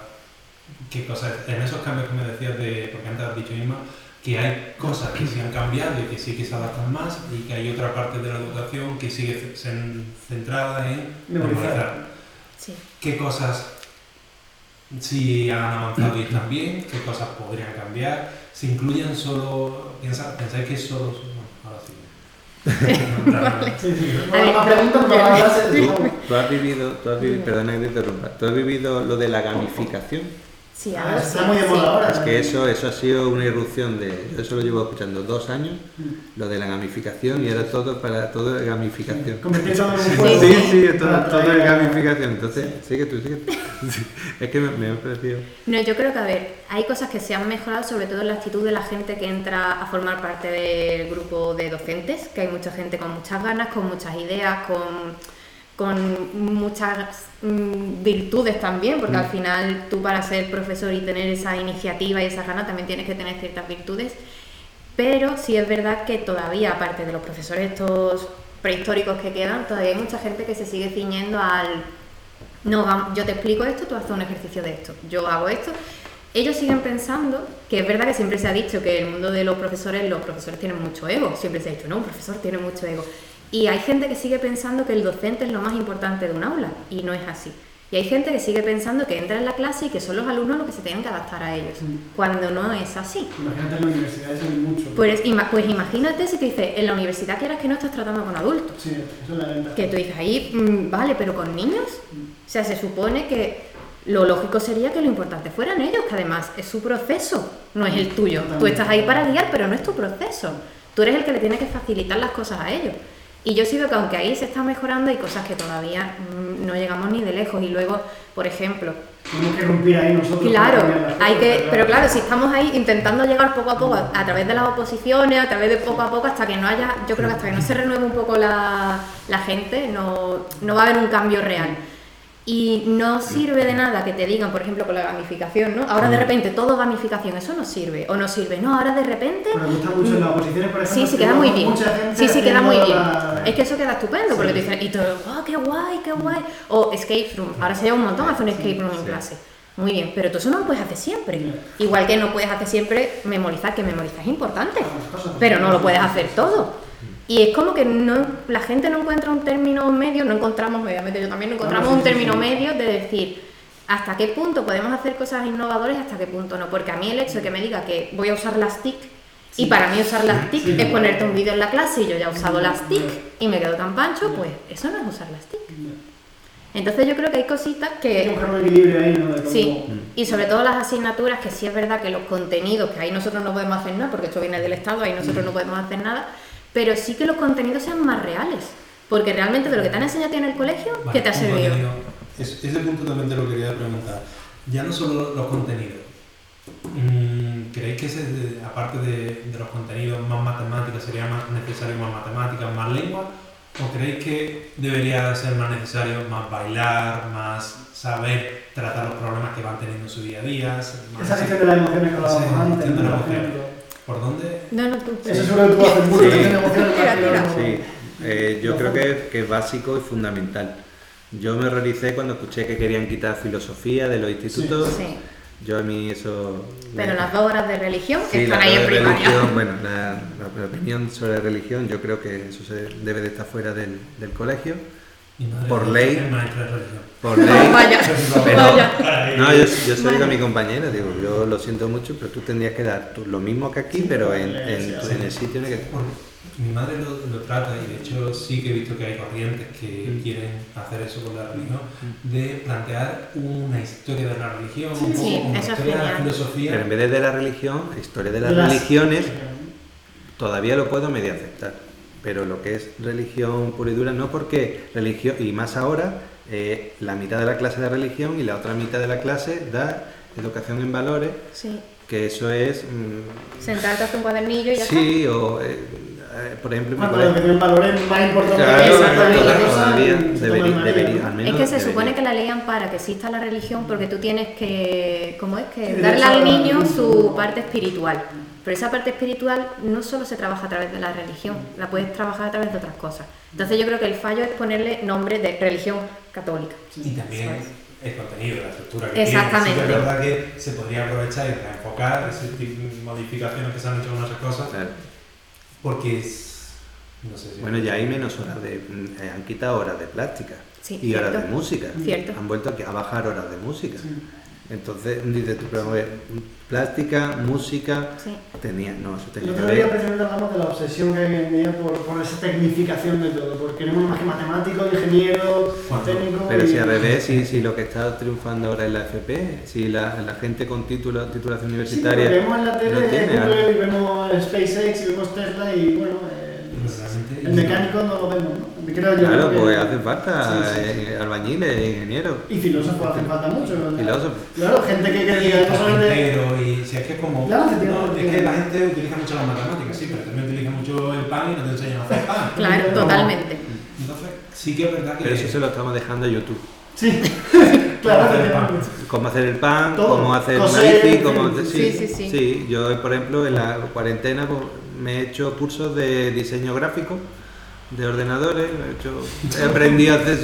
en esos cambios que me decías porque antes has dicho misma, que hay cosas que sí han cambiado y que sí que se adaptan más y que hay otra parte de la educación que sigue centrada en Memorizar. memorizar? Sí. ¿Qué cosas sí han avanzado y están bien? ¿Qué cosas podrían cambiar? ¿Se incluyen solo? ¿Pensáis que es solo? No, ahora sí. Sí, sí. A ver, Bueno, la pregunta para la clase, ¿Tú has vivido, perdona que te interrumpa, ¿tú has vivido lo de la gamificación? Sí, algo así, está muy de moda sí. ahora. Es que eso ha sido una irrupción yo eso lo llevo escuchando 2 años, lo de la gamificación, y era todo es gamificación. Convertir todo en un Sí, juego. Sí, para todo es atraer a- gamificación. Entonces, sigue tú. Sí, es que me ha parecido. No, yo creo que, a ver, hay cosas que se han mejorado, sobre todo en la actitud de la gente que entra a formar parte del grupo de docentes, que hay mucha gente con muchas ganas, con muchas ideas, con muchas virtudes también, porque al final tú, para ser profesor y tener esa iniciativa y esas ganas, también tienes que tener ciertas virtudes. Pero sí es verdad que todavía, aparte de los profesores estos prehistóricos que quedan, todavía hay mucha gente que se sigue ciñendo al no, yo te explico esto, tú haces un ejercicio de esto, yo hago esto. Ellos siguen pensando que es verdad que siempre se ha dicho que en el mundo de los profesores tienen mucho ego, siempre se ha dicho, no, un profesor tiene mucho ego. Y hay gente que sigue pensando que el docente es lo más importante de un aula, y no es así. Y hay gente que sigue pensando que entra en la clase y que son los alumnos los que se tienen que adaptar a ellos, cuando no es así. Imagínate en la universidad, eso es mucho. Pues imagínate si te dices, en la universidad quieras que no estás tratando con adultos. Sí, eso es la ventaja. Que tú dices ahí, vale, pero con niños. O sea, se supone que lo lógico sería que lo importante fueran ellos, que además es su proceso, no es el tuyo. Tú estás ahí para guiar, pero no es tu proceso. Tú eres el que le tiene que facilitar las cosas a ellos. Y yo sí veo que aunque ahí se está mejorando, hay cosas que todavía no llegamos ni de lejos. Y luego, por ejemplo, Tenemos que romper ahí nosotros. claro, para cambiar las cosas, pero claro, si estamos ahí intentando llegar poco a poco, a través de las oposiciones, a través de poco a poco, hasta que no haya, yo creo que hasta que no se renueve un poco la gente, no va a haber un cambio real. Y no sirve de nada que te digan, por ejemplo, con la gamificación, ¿no? Ahora de repente todo gamificación, eso no sirve. O no sirve, no, ahora de repente... Pero me gusta mucho en las oposiciones, por ejemplo. Sí, queda muy bien. Sí, queda muy bien. La... Es que eso queda estupendo, porque te dicen, y todo, ¡oh, qué guay, qué guay! O escape room, ahora se lleva un montón hacer un escape room en clase. Muy bien, pero tú eso no lo puedes hacer siempre. Igual que no puedes hacer siempre memorizar, que memorizar es importante, pero no lo puedes hacer todo. Y es como que la gente no encuentra un término medio, no encontramos, obviamente yo también no encontramos un término medio de decir hasta qué punto podemos hacer cosas innovadoras y hasta qué punto no. Porque a mí el hecho de que me diga que voy a usar las TIC, y para mí usar las TIC es ponerte un vídeo en la clase y yo ya he usado las TIC y me quedo tan pancho, pues eso no es usar las TIC. Entonces yo creo que hay cositas que... Hay que buscar un equilibrio ahí, ¿no? De cómo... Sí, y sobre todo las asignaturas, que sí es verdad que los contenidos, que ahí nosotros no podemos hacer nada, porque esto viene del Estado, ahí nosotros no podemos hacer nada, pero sí que los contenidos sean más reales, porque realmente de lo que te han enseñado a ti en el colegio, Vale, ¿qué te ha servido? Ese punto también te lo quería preguntar. Ya no solo los contenidos. ¿Creéis que aparte de los contenidos, más matemáticas, sería más necesario más matemáticas, más lengua? ¿O creéis que debería ser más necesario más bailar, más saber tratar los problemas que van teniendo en su día a día? Esa gestión de las emociones que hablábamos antes, gestión de ¿no? las Por emociones. ejemplo. ¿Por dónde? No, tú. Eso seguro que tú haces mucho, Sí. gestión de emociones. Tira, tira. Sí, yo creo que es básico y fundamental. Yo me horroricé cuando escuché que querían quitar filosofía de los institutos. Sí. Yo a mí eso... Pero las 2 horas de religión Sí, están la ahí en de primaria. religión, bueno, la opinión sobre religión, yo creo que eso debe de estar fuera del colegio. Mi madre Por es ley. maestra de religión. Por ley. Vaya, Pero, vaya. no, yo se lo digo a mi compañera, digo, yo lo siento mucho, pero tú tendrías que dar lo mismo que aquí, pero en el sitio en el que... Mi madre lo trata, y de hecho sí que he visto que hay corrientes que quieren hacer eso con la religión, de plantear una historia de la religión, un poco Sí, como eso es historia de la genial. filosofía. Pero en vez de la religión, historia de las Las- religiones, todavía lo puedo medio aceptar. Pero lo que es religión pura y dura, no, porque religión, y más ahora, la mitad de la clase da religión y la otra mitad de la clase da educación en valores, Sí, que eso es... sentarte a hacer un cuadernillo y ya sí, o por ejemplo, en mi Cuando lo que colegio... tienen valores más importantes Claro, que exactamente. todavía se debería, toman al está. menos Es que se debería. supone que la ley ampara que exista la religión porque tú tienes que, ¿cómo es? Que Sí, darle derecho al a- niño su parte espiritual. Pero esa parte espiritual no solo se trabaja a través de la religión, la puedes trabajar a través de otras cosas. Entonces yo creo que el fallo es ponerle nombre de religión católica. Y también ¿sabes? el contenido, la estructura que Exactamente. tiene. Sí que es verdad que se podría aprovechar y reenfocar ese tipo de modificaciones que se han hecho con esas cosas, Claro. porque es... No sé si... Bueno, ya hay menos horas de... han quitado horas de plástica Sí, y horas cierto. de música. Cierto. Han vuelto a bajar horas de música. Entonces, dices tú, pero a ver, plástica, música, Sí. eso El tenía que otro día ver. precisamente hablamos de la obsesión que hay hoy en día por esa tecnificación de todo, porque queremos más que matemáticos, ingenieros, ¿Cuándo? técnicos... Pero y- si al revés, si lo que está triunfando ahora es la FP, si la gente con titulación Sí, pero universitaria vemos en la no tele tiene, Google y vemos SpaceX y vemos Tesla y bueno, el mecánico no lo vemos, ¿no? Creo yo claro, que- pues hace falta Sí, sí. albañiles, ingenieros, Y filósofos hacen falta mucho, ¿verdad? filósofos. Claro, gente que diga, no solamente... Pero, y si es que es como. Claro, que tiene- no, es que la gente utiliza mucho las matemáticas, sí, pero también utiliza mucho el pan y no te enseñan a hacer pan. Claro, Como- totalmente. Entonces, sí que es verdad que. Pero eso se lo estamos dejando a YouTube. Sí, claro, efectivamente. Cómo hacer el pan, Todo. cómo hacer Coser, una bici, cómo... sí. Yo, por ejemplo, en la cuarentena pues, me he hecho cursos de diseño gráfico, de ordenadores, he aprendido a hacer,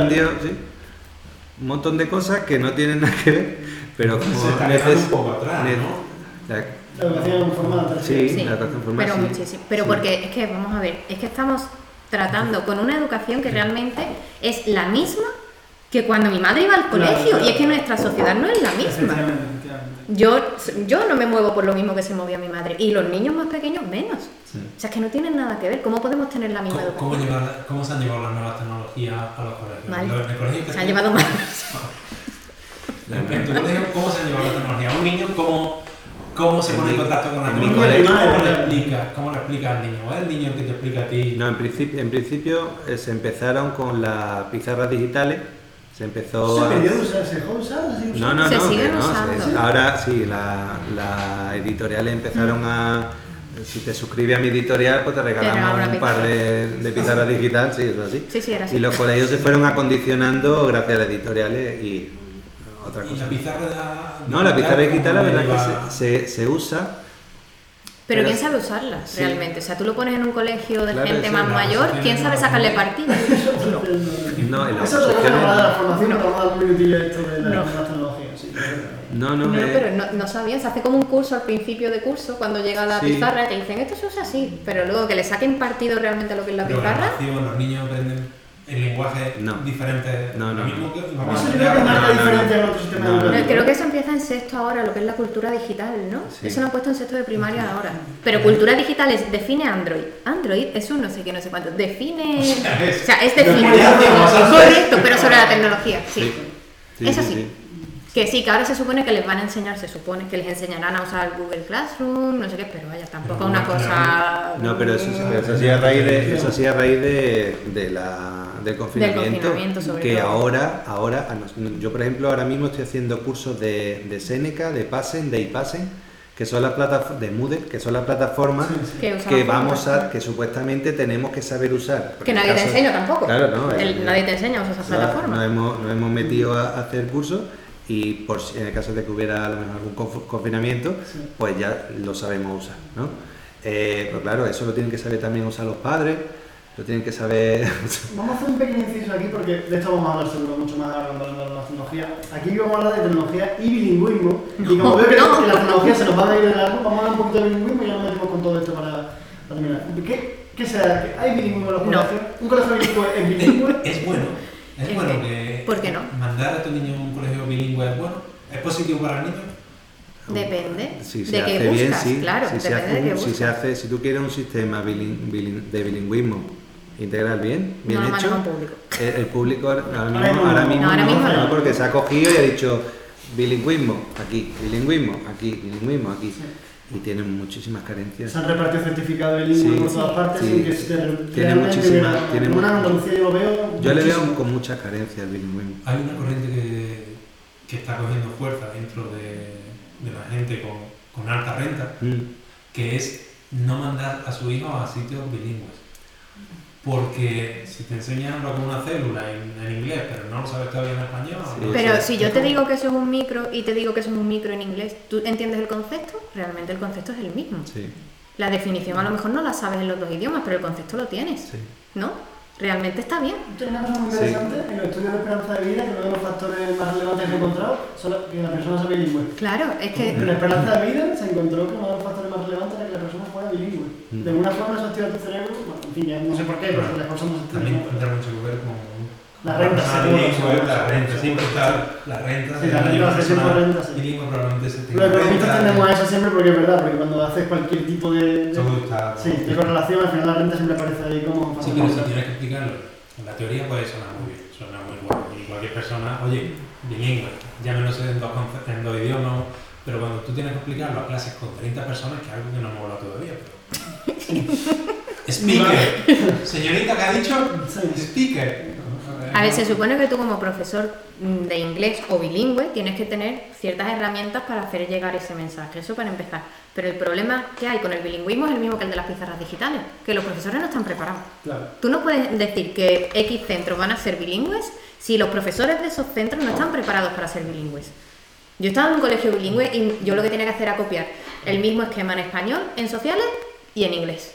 un montón de cosas que no tienen nada que ver, pero como se está quedando un poco atrás, neces- ¿no? la- La educación formal. Sí, Sí, la educación formal, pero sí. muchísimo. Pero Sí. porque es que, vamos a ver, es que estamos tratando con una educación que realmente es la misma que cuando mi madre iba al Claro, colegio. claro. Y es que nuestra sociedad no es la misma. Efectivamente. Yo no me muevo por lo mismo que se movía mi madre. Y los niños más pequeños menos. Sí. O sea, es que no tienen nada que ver. ¿Cómo podemos tener la misma ¿Cómo educación? cómo se han llevado las nuevas tecnologías a los colegios? Mal. En el colegio que Se han llevado mal. En tu colegio, ¿cómo se han llevado la tecnología? Un niño, ¿cómo se pone en contacto con la en mi tecnología? colegio- ¿Cómo le explica al niño? ¿O es el niño el que te explica a ti? No, en principio se empezaron con las pizarras digitales, se empezó ¿Se a... perdió de usar? ¿Se dejó de usar? ¿Se usó? No, Se que siguen no, usando. ahora sí, las editoriales empezaron a... Si te suscribes a mi editorial, pues te regalan regalamos una un par de pizarras digitales, sí, eso así. Sí, era así. Y los colegios se fueron acondicionando gracias a las editoriales y otra ¿Y cosa. la pizarra No, la pizarra digital la ¿cómo verdad lleva? es que se usa. Pero Pero ¿quién sabe usarla sí. realmente? O sea, tú lo pones en un colegio de Claro, gente sí, más claro, mayor, sí, ¿quién sí, sabe no, sacarle no. partido? No, en las Eso es otra cosa para la oposiciones... formación, No. pero vamos a dar un minutillo esto de la No. nueva tecnología. Sí, No, No, no, pero no sabían, se hace como un curso al principio de curso, cuando llega la Sí. pizarra y te dicen, esto se usa así, pero luego que le saquen partido realmente a lo que es la pizarra, Programación, los niños aprenden el lenguaje No. diferente. No, lo no, mismo no. que Eso vamos yo a creo que marca no, no. diferencia en otro sistema No, no, educativo. Creo que eso empieza en sexto ahora, lo que es la cultura digital, ¿no? Sí. Eso lo han puesto en sexto de primaria ahora. Pero cultura digital es, define Android. Android es un no sé qué, no sé cuánto. Define... es- O sea, es Lo definir. que ya hacíamos antes. Correcto, pero sobre la tecnología, sí. Sí, Eso sí, sí. sí. Que sí, que ahora se supone que les van a enseñar, se supone que les enseñarán a usar Google Classroom, no sé qué, pero vaya, tampoco es una cosa... No, pero eso sí a raíz del confinamiento, confinamiento, sobre que todo. ahora yo por ejemplo ahora mismo estoy haciendo cursos de Seneca, de Passen, de iPassen, que son las plataformas de Moodle, que son las plataformas Que usamos que vamos nosotros. que supuestamente tenemos que saber usar. Porque Que nadie en te caso- enseña tampoco. Claro, no. Nadie te enseña a usar esas plataformas. Nos hemos metido a hacer cursos y por si en el caso de que hubiera a lo mejor algún confinamiento, Sí. pues ya lo sabemos usar, ¿no? Pero claro, eso lo tienen que saber también usar los padres, lo tienen que saber... Vamos a hacer un pequeño inciso aquí porque de esto vamos a hablar seguro mucho más ahora cuando hablemos de la tecnología. Aquí vamos a hablar de tecnología y bilingüismo. Y como veo que la tecnología se nos va a ir de largo, vamos a hablar un poquito de bilingüismo y ya nos metemos con todo esto para terminar. ¿Qué será? ¿Hay bilingüismo en los No. colegios? ¿Un colegio bilingüe es bilingüe? Es bueno. Es ¿El bueno qué? que. ¿Por qué no? Mandar a tu niño a un colegio bilingüe es bueno. ¿Es positivo para el niño? Depende Si se de qué hace bien, buscas, sí. claro, Si se depende de hace qué un- si buscas. se hace, si tú quieres un sistema de bilingüismo integral bien No lo hecho, maneja un público. el público ahora mismo mismo, no. ahora mismo No, ahora no, mismo no. porque se ha cogido y ha dicho bilingüismo aquí, bilingüismo aquí, bilingüismo aquí. Y tienen muchísimas carencias. Se han repartido certificados bilingües Sí, por todas partes sí. sin que se Tiene realmente muchísima- hubiera- tiene en una mu- Andalucía yo lo veo. Yo le veo muchísimo. con muchas carencias el bilingüismo. Hay una corriente que está cogiendo fuerza dentro de la gente con alta renta, que es no mandar a su hijo a sitios bilingües. Porque si te enseñan lo que es una célula en inglés, pero no lo sabes todavía en español... Sí. no Pero sé. si yo te digo que eso es un micro y te digo que eso es un micro en inglés, ¿tú entiendes el concepto? Realmente el concepto es el mismo. Sí, La definición a lo mejor no la sabes en los dos idiomas, pero el concepto lo tienes, sí. ¿no? Realmente está bien. Hay una cosa muy Sí. interesante en los estudios de esperanza de vida, que uno de los factores más relevantes que he encontrado son que la persona sea bilingüe. Claro, es que En la esperanza de vida se encontró que uno de los factores más relevantes era que la persona fuera bilingüe. Mm. De alguna forma eso activa tu cerebro, bueno, en fin, ya no sé por qué, pero las cosas no se También entienden. tendrá mucho que ver con La renta, seguro. La renta, siempre está la renta. Sí, la renta va a ser siempre renta, sí. Bilingüe probablemente se tenga Los economistas renta, tendemos a eso siempre porque es verdad, porque cuando haces cualquier tipo de todo está... sí, de correlación, al final la renta siempre aparece ahí como... Sí, pero si tienes que explicarlo, en la teoría puede sonar muy bien, suena muy bueno. Y cualquier persona, oye, bilingüe, ya me lo sé en dos idiomas, pero cuando tú tienes que explicarlo a clases con 30 personas, que es algo que no hemos hablado todavía, pero... Speaker. Señorita, ¿qué ha dicho? Speaker. A ver, se supone que tú como profesor de inglés o bilingüe tienes que tener ciertas herramientas para hacer llegar ese mensaje, eso para empezar. Pero el problema que hay con el bilingüismo es el mismo que el de las pizarras digitales, que los profesores no están preparados. Claro. Tú no puedes decir que X centros van a ser bilingües si los profesores de esos centros no están preparados para ser bilingües. Yo estaba en un colegio bilingüe y yo lo que tenía que hacer era copiar el mismo esquema en español, en sociales y en inglés.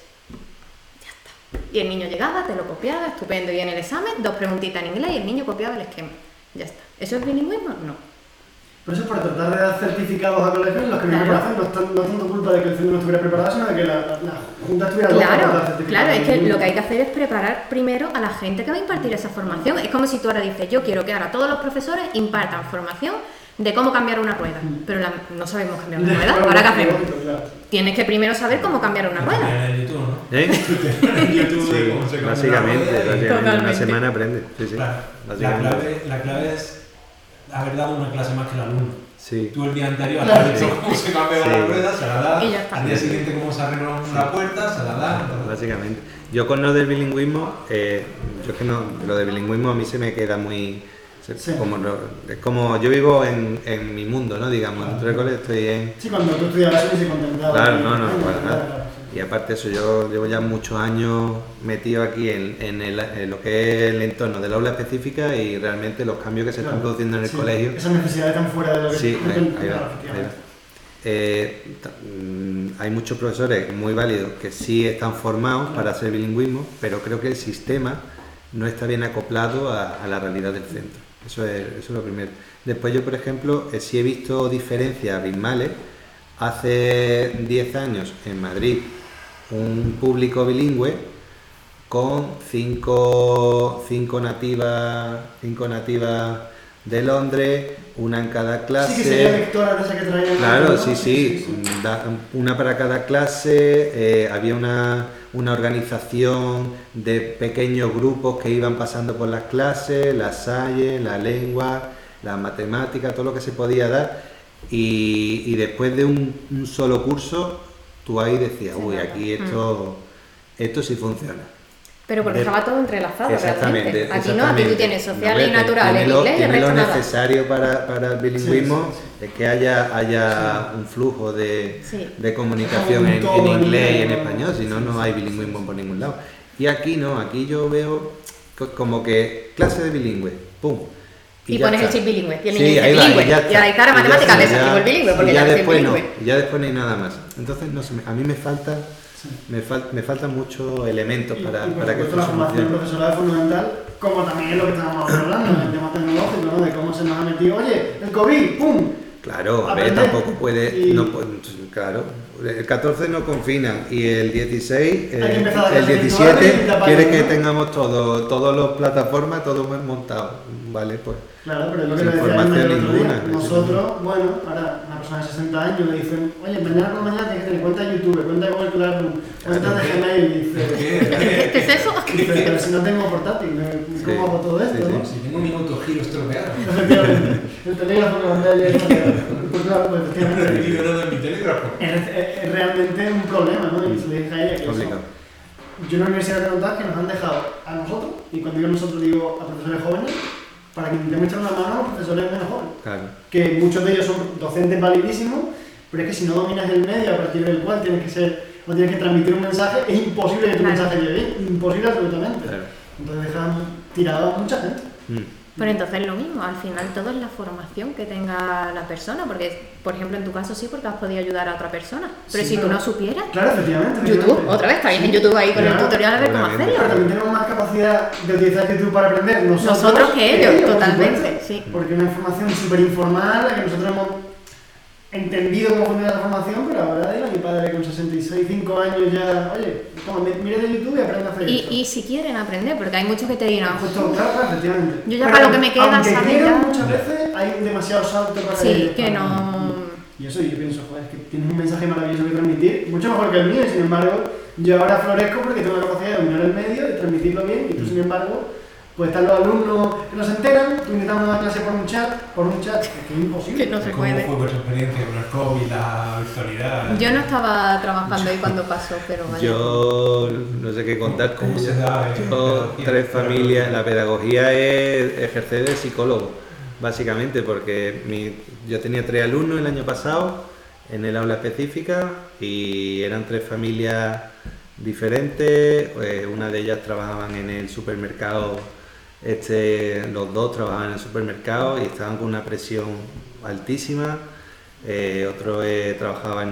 Y el niño llegaba, te lo copiaba, estupendo. Y en el examen, 2 preguntitas en inglés y el niño copiaba el esquema. Ya está. ¿Eso es bilingüismo? No. Por eso, para tratar de dar certificados a colegios, los que no Claro. hacen no es tanto culpa de que el centro no estuviera preparado, sino de que la Junta estuviera loca para dar Claro, certificados. claro, es que lo que hay que hacer es preparar primero a la gente que va a impartir esa formación. Es como si tú ahora dices, yo quiero que ahora todos los profesores impartan formación de cómo cambiar una rueda. Pero no sabemos cambiar una rueda. ¿Ahora qué hacemos? Tienes que primero saber cómo cambiar una rueda. En YouTube, ¿no? ¿Eh? En YouTube de cómo se Sí, cambia básicamente, una rueda y- una Totalmente. semana aprende. Sí, sí. Claro, Básicamente. la clave es haber dado una clase más que el alumno. Sí. Tú el día anterior Claro, has dicho sí. cómo se cambia Sí. la rueda, se la da. Y ya está. Al día siguiente cómo se arregla una puerta, se la da. Básicamente. Yo con lo del bilingüismo, yo es que no, lo del bilingüismo a mí se me queda muy... Sí. Es como yo vivo en mi mundo, ¿no? Digamos, dentro del colegio estoy en... Sí, cuando tú estudiabas eso y se contemplaba. Claro, no, Claro, para claro, nada. claro. Y aparte de eso, yo llevo ya muchos años metido aquí en lo que es el entorno del aula específica y realmente los cambios que se están Claro. produciendo en el Sí, colegio... esas necesidades están fuera de lo que... Sí, ahí va, Claro, ahí va. Hay muchos profesores muy válidos que sí están formados para hacer bilingüismo, pero creo que el sistema no está bien acoplado a la realidad del centro. Eso es lo primero. Después yo, por ejemplo, sí he visto diferencias abismales. Hace 10 años en Madrid, un público bilingüe con 5 nativas de Londres, una en cada clase. Sí, que sería lectora de esa que traían. Claro, ¿no? sí. Una para cada clase, había una organización de pequeños grupos que iban pasando por las clases, las SAIE, la lengua, la matemática, todo lo que se podía dar. Y después de un solo curso, tú ahí decías, uy, aquí esto sí funciona. Pero porque estaba todo entrelazado Exactamente, realmente. Aquí no, aquí tú tienes sociales y No, naturales, tiene inglés y el tiene resto lo nada. necesario para el bilingüismo, Sí. es que haya un flujo de comunicación Un en todo inglés y en ¿no? español, si no, no hay bilingüismo por ningún lado. Y aquí no, aquí yo veo como que clase de bilingüe, pum. Y ya pones el está. chip bilingüe. Y el Sí, niño dice ahí va, bilingüe. y ya Y ahí está la Y ya matemática, está, le ya- saco el bilingüe porque y ya ya estoy después no, bilingüe. y ya después no hay nada más. Entonces, no sé, a mí me faltan muchos elementos Y para por que supuesto esto la formación funcione. profesoral es fundamental, como también es lo que estábamos hablando, el tema tecnológico, ¿no? De cómo se nos ha metido, oye, el COVID, ¡pum! Claro, a ver, Aprender. tampoco puede, Y- claro, el 14 no confinan y el 16, Hay que empezar a el clase 17 virtual y la quiere página, que ¿no? tengamos todas las plataformas, todo montado, vale, pues. Claro, pero es lo que Sin le decía formación el otro día. ninguna. Nosotros, bueno, ahora una persona de 60 años le dicen, oye, mañana por la mañana tienes que tener cuenta de YouTube, cuenta de Google Classroom, cuenta de Gmail, y dice, ¿Qué es eso? dice, pero si no tengo portátil, ¿cómo Sí, hago todo esto? sí, ¿no? Si tengo mi autogiro estropeado. Efectivamente, el telégrafo que mandé ayer, pues claro, pues efectivamente. Y yo no doy mi telégrafo. Es realmente un problema, ¿no? Y se le dije a ella que Complicado. yo en la universidad de notas que nos han dejado a nosotros, y cuando digo nosotros digo a profesores jóvenes, para que intentemos echar una mano a los profesores menos jóvenes. Claro. Que muchos de ellos son docentes validísimos, pero es que si no dominas el medio a partir del cual tienes que ser o tienes que transmitir un mensaje, es imposible que tu Claro. mensaje llegue bien, imposible absolutamente. Claro. Entonces dejan tirado a mucha gente. Pero entonces lo mismo, al final todo es la formación que tenga la persona, porque por ejemplo en tu caso sí, porque has podido ayudar a otra persona, pero Sí, si tú no supieras, Claro, efectivamente. YouTube, efectivamente. otra vez, estáis en Sí, YouTube ahí con el claro. tutorial a ver cómo Obviamente. Pero hacerlo. también tenemos más capacidad de utilizar YouTube para aprender Nosotros que ellos, por totalmente, supuesto. sí. Porque es una información súper informal, que nosotros hemos entendido cómo funciona la formación, pero ahora digo a mi padre con 65 años ya, oye, toma, mire de YouTube y aprende a hacer esto. Y si quieren aprender, porque hay muchos que te dirán, Justo, claro, efectivamente. yo ya para lo que me queda, aunque ¿sabes? quieran, Ya. muchas veces hay demasiado salto para Sí, ellos, que para- no... Y eso yo pienso, joder, es que tienes un mensaje maravilloso que transmitir, mucho mejor que el mío, y sin embargo, yo ahora florezco porque tengo la capacidad de dominar el medio y transmitirlo bien, y tú, sin embargo, pues están los alumnos que no se enteran, tú invitas a una clase por un chat, es que es imposible. Que no se ¿Cómo puede. fue vuestra experiencia con el COVID, la virtualidad? Yo no estaba trabajando ahí cuando pasó, pero vaya. Yo no sé qué contar. ¿Cómo se da? Yo, tres familias, la pedagogía es ejercer de psicólogo, básicamente, porque yo tenía 3 alumnos el año pasado en el aula específica y eran 3 familias diferentes. Una de ellas trabajaban en el supermercado, los dos trabajaban en el supermercado y estaban con una presión altísima. Otro trabajaba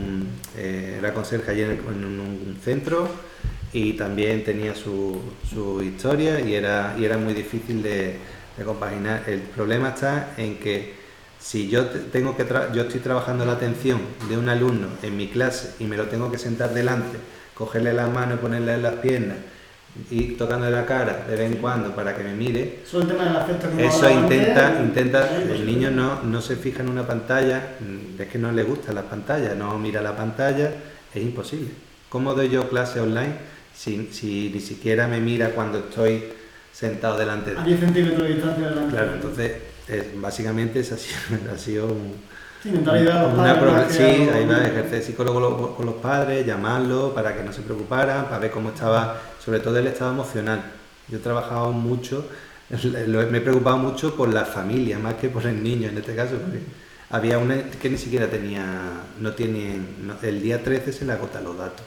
era conserje allí en un centro y también tenía su historia y era muy difícil de compaginar. El problema está en que si yo estoy trabajando la atención de un alumno en mi clase y me lo tengo que sentar delante, cogerle las manos y ponerle en las piernas y tocándole la cara de vez en cuando para que me mire, Solo el tema del afecto que eso hemos hablado intenta, antes, el niño no se fija en una pantalla, es que no le gustan las pantallas, no mira la pantalla, es imposible. ¿Cómo doy yo clase online si ni siquiera me mira cuando estoy sentado delante de a él? 10 centímetros de distancia delante. Claro, entonces básicamente esa ha sido Sí, intentar ayudar a los una padres, ¿verdad? sí, Que ahí va a algo- ejercer psicólogo con los padres, llamarlos para que no se preocuparan, para ver cómo estaba, sobre todo el estado emocional. Yo he trabajado mucho, me he preocupado mucho por la familia, más que por el niño en este caso, porque había una que ni siquiera el día 13 se le agotan los datos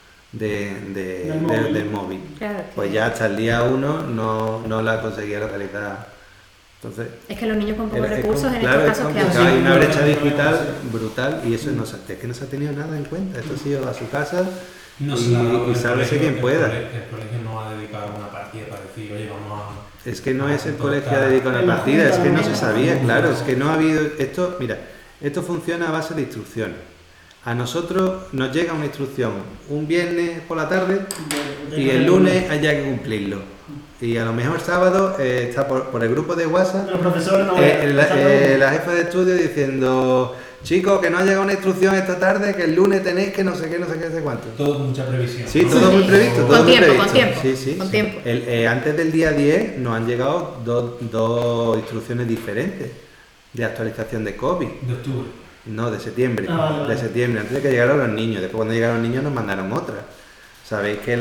del móvil. Claro, Pues ya hasta el día 1 no la conseguía localizar. Entonces, es que los niños con pocos es recursos en claro, estos es casos, ¿qué complicado. hacen? Hay una brecha Sí. digital brutal y eso es que no se ha tenido nada en cuenta. Esto ha sido a su casa No se le ha dado y el sálvese colegio, quien pueda. El colegio no ha dedicado una partida para decir, oye, vamos a... Es que no es el Todo colegio está- que dedica una en la partida, es junta, que no ¿no? se sabía, claro, es que no ha habido... Esto funciona a base de instrucciones. A nosotros nos llega una instrucción un viernes por la tarde y el lunes haya que cumplirlo. Y a lo mejor sábado está por el grupo de WhatsApp Los profesores no la jefa de estudio diciendo: chicos, que no ha llegado una instrucción esta tarde, que el lunes tenéis que no sé qué, no sé cuánto. Todo con mucha previsión. Sí, ¿no? todo muy previsto, todo Con muy tiempo, previsto. con tiempo, Sí, sí, con sí. tiempo. Antes del día 10 nos han llegado dos instrucciones diferentes de actualización de COVID. De octubre. No, de septiembre. Ah, vale, vale. De septiembre, antes de que llegaran los niños. Después, cuando llegaron los niños, nos mandaron otra. Sabéis que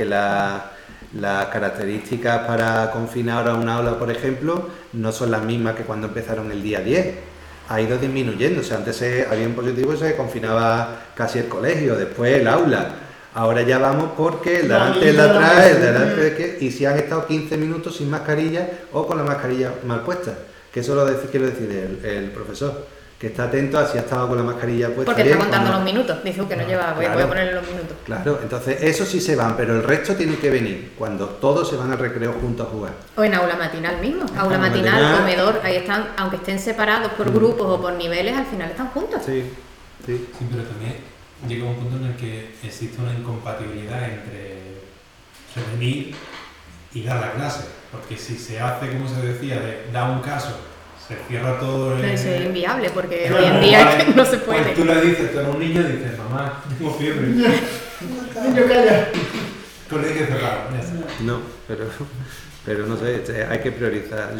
las características para confinar ahora un aula, por ejemplo, no son las mismas que cuando empezaron el día 10. Ha ido disminuyendo. O sea, antes había un positivo y se confinaba casi el colegio, después el aula. Ahora ya vamos porque el de adelante, el de atrás, el de adelante, y si han estado 15 minutos sin mascarilla o con la mascarilla mal puesta. Que eso quiero decir el profesor. Que está atento a si ha estado con la mascarilla puesta. Porque bien está o contando no. los minutos. Dice que no lleva, voy Claro. a ponerle los minutos. Claro, entonces eso sí se van, pero el resto tiene que venir cuando todos se van al recreo juntos a jugar. O en aula matinal mismo. Aula Aula matinal, matinal. comedor, ahí están, aunque estén separados por grupos o por niveles, al final están juntos. Sí, sí. Sí, pero también llega un punto en el que existe una incompatibilidad entre venir y dar la clase. Porque si se hace, como se decía, de dar un caso, se cierra todo el... Pero eso es inviable porque Claro, hoy en día vale, es que no se puede. Pues tú le dices, tú eres un niño y dices, mamá, tengo fiebre. Niño, calla. Colegio cerrado, ya está. No, pero no sé, hay que priorizar.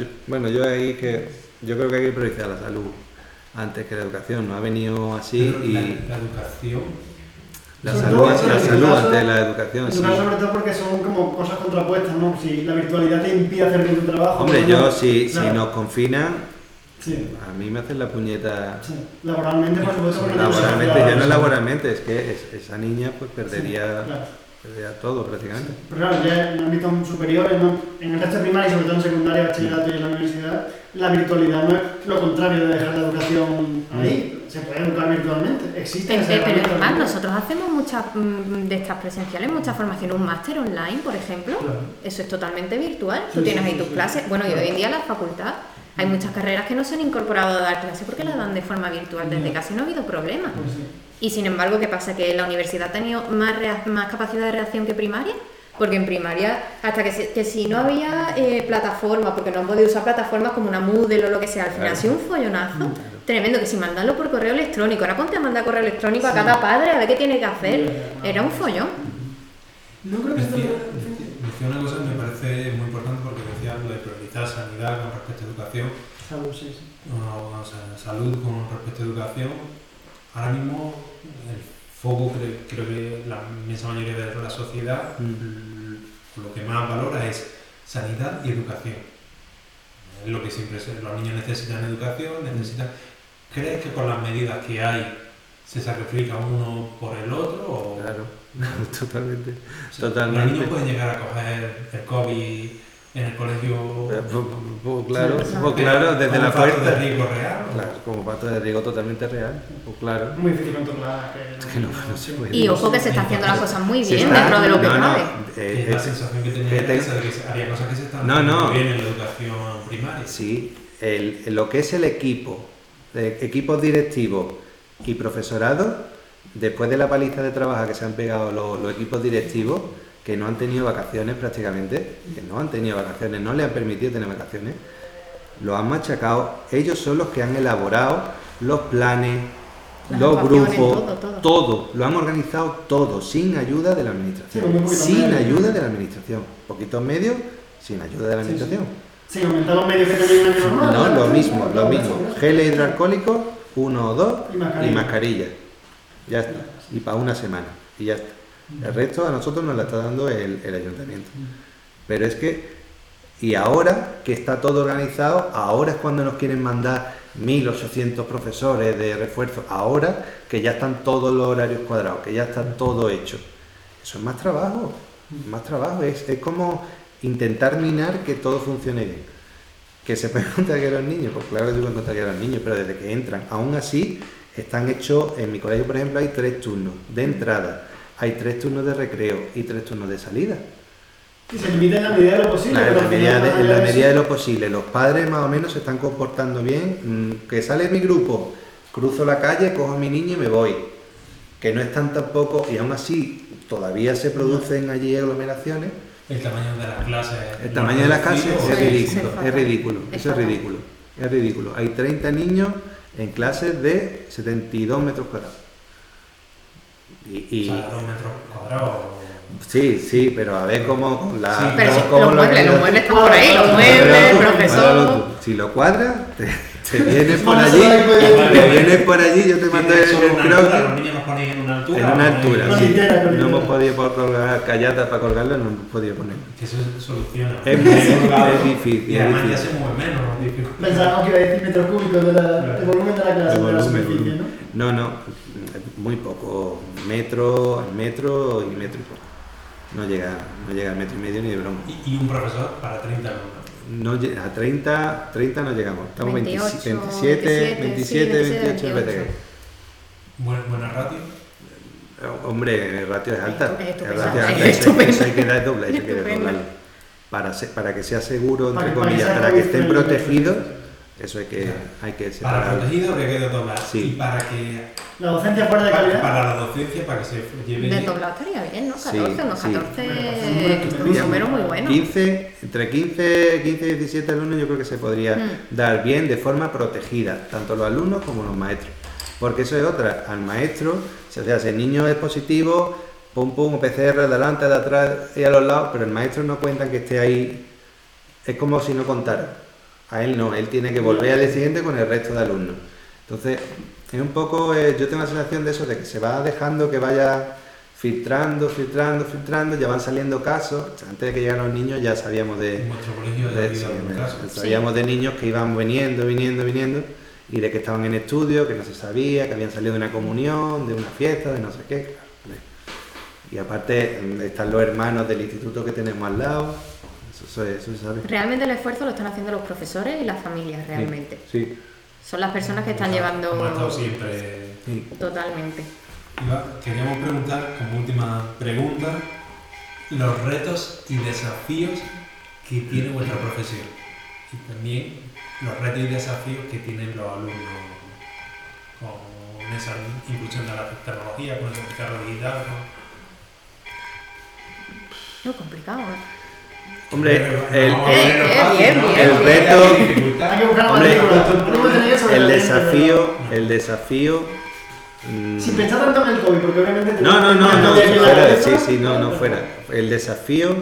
Yo creo que hay que priorizar la salud antes que la educación. No ha venido así Pero y la educación... la Sobre salud, todo, la en tu salud caso- antes de la educación. En Sí. tu caso, sobre todo porque son como cosas contrapuestas, ¿no? Si la virtualidad te impide hacer bien tu trabajo. Hombre, pues yo no. si Claro. nos confinan, Sí, a mí me hacen la puñeta. sí. Laboralmente, por supuesto, porque no tienes Laboralmente, sociedad. ya no laboralmente, es que esa niña pues perdería, Claro. perdería todo prácticamente. Pero claro, ya en ámbitos superiores, ¿no? En el resto de primaria y sobre todo en secundaria, bachillerato y en la universidad, la virtualidad no es lo contrario de dejar la educación ahí. Se puede educar virtualmente. Existe esa Pero herramienta además también. nosotros hacemos muchas de estas presenciales, muchas formaciones, un máster online, por ejemplo, Claro. eso es totalmente virtual, Sí, tú tienes sí, ahí sí, tus sí. clases, bueno, y hoy en día la facultad Hay muchas carreras que no se han incorporado a dar clases porque las dan de forma virtual desde casa y no ha habido problema. Pues sí. Y sin embargo, ¿qué pasa? ¿Que la universidad ha tenido más capacidad de reacción que primaria? Porque en primaria, hasta que si no había plataformas, porque no han podido usar plataformas como una Moodle o lo que sea, al final ha sido un follonazo tremendo, que si mandarlo por correo electrónico, ahora ponte a mandar correo electrónico a cada padre a ver qué tiene que hacer, era un follón. No creo que esto... Decía una cosa que me parece muy importante porque decía lo de priorizar sanidad con respecto a educación, Salud, sí. o sea, salud con respecto a educación. Ahora mismo el foco creo que la inmensa mayoría de la sociedad lo que más valora es sanidad y educación. Es lo que siempre los niños necesitan educación, ¿Crees que con las medidas que hay se sacrifica uno por el otro? O... Claro, totalmente. O sea, Totalmente. Los niños pueden llegar a coger el COVID en el colegio. Claro, desde la factor puerta. de riesgo real. Claro, como factor de riesgo totalmente real. Pues claro. Muy difícil controlar. Que no se puede. Y ojo que se está haciendo las cosas muy Sí bien está. dentro de lo que No, cabe. Es la sensación que tenía esa de que había cosas que se estaban haciendo muy bien en la educación primaria. Sí, lo que es el equipo, equipos directivos y profesorado, después de la paliza de trabajo que se han pegado los equipos directivos, que no han tenido vacaciones prácticamente, no les han permitido tener vacaciones, lo han machacado. Ellos son los que han elaborado los planes, Las los actuaciones, grupos, todo. lo han organizado todo, sin ayuda de la administración. Sí, muy poquito Sin medio. ayuda de la administración. Poquitos medios, sin ayuda de la administración. Sí, aumentar los medios que tenéis en el año normal. No, lo mismo. Gel hidroalcohólico, 1 o 2 Y y mascarilla. Ya está. Y para una semana. Y ya está. El resto a nosotros nos la está dando el ayuntamiento. Pero es que, y ahora que está todo organizado, ahora es cuando nos quieren mandar 1.800 profesores de refuerzo. Ahora que ya están todos los horarios cuadrados, que ya está todo hecho. Eso es más trabajo. Más trabajo. Es como intentar minar que todo funcione bien. Que se pueden contagiar a los niños, pues claro que se pueden contagiar a los niños, pero desde que entran, aún así, están hechos, en mi colegio por ejemplo hay 3 turnos de entrada, hay 3 turnos de recreo y 3 turnos de salida. Y se limita en la medida de lo posible. Claro, pero en la al final medida de lo posible. Los padres más o menos se están comportando bien. Que sale mi grupo, cruzo la calle, cojo a mi niño y me voy. Que no están tampoco, y aún así todavía se producen allí aglomeraciones. El tamaño de las clases. El tamaño de las clases Sí, es sí, ridículo, sí, es ridículo, es eso es fatal. ridículo, es ridículo. Hay 30 niños en clases de 72 metros cuadrados. O sea, 2 metros cuadrados. Sí, pero a ver cómo la... Sí, Pero si cómo los muebles están por ahí, los Cuádralo muebles, tú, profesor. cuádralo tú. Si lo cuadras, te vienes por No, allí, no, te vienes por allí, yo te mando Tiene el solo una altura, croquis. los niños nos ponen en una altura. En una altura, Con sí. litera, con No hemos litera. podido colgar callatas para colgarlo, no hemos podido poner. Que eso se soluciona. Es difícil, Y es además ya difícil. se mueve menos, ¿no? Difícil. Pensábamos que iba a decir metros cúbicos del volumen de la clase, de la superficie, ¿no? No, muy poco. Metro y metro y poco. No llega al metro y medio ni de broma. Y un profesor para 30 alumnos. No, a 30 no llegamos. Estamos 28, 27, 28 en PTG. Buena ratio. Hombre, el ratio es alta. Es El estupendo. ratio es Es alta. estupendo. Eso hay que dar doble, eso hay que Estupendo. doblarlo. Para que sea seguro, Para entre que comillas, sea para que estén seguro. protegidos, eso hay que Para separarlo. protegido habría que doblar. Sí. Y para que. La docencia fuera de calidad. Para la docencia, para que se lleve. Desdoblado estaría bien, ¿no? 14, Sí, unos sí. 14, un número muy bueno. 15, entre 15 y 17 alumnos yo creo que se podría dar bien de forma protegida, tanto los alumnos como los maestros. Porque eso es otra, al maestro, o sea, si el niño es positivo, pum, PCR de adelante, de atrás y a los lados, pero el maestro no cuenta que esté ahí, es como si no contara. A él no, él tiene que volver al día siguiente con el resto de alumnos. Entonces, es un poco, yo tengo la sensación de eso, de que se va dejando que vaya filtrando, ya van saliendo casos. Antes de que llegaran los niños ya sabíamos En nuestro colegio ya ha habido algún caso. sabíamos de niños que iban viniendo y de que estaban en estudio, que no se sabía, que habían salido de una comunión, de una fiesta, de no sé qué. Y aparte están los hermanos del instituto que tenemos al lado, eso se sabe. Realmente el esfuerzo lo están haciendo los profesores y las familias, realmente. Sí. Son las personas que están llevando Como ha estado siempre. Sí. totalmente. Queríamos preguntar, como última pregunta, los retos y desafíos que tiene vuestra profesión. Y también los retos y desafíos que tienen los alumnos con esa inclusión de la tecnología, con ese pizarro digital. No, complicado, ¿eh? Hombre, bien. el reto, Hay que buscar la hombre, matrícula. No me tenéis sobre el la desafío. Sin pensar tanto en el COVID, porque obviamente... No, fuera, sí, no fuera. El desafío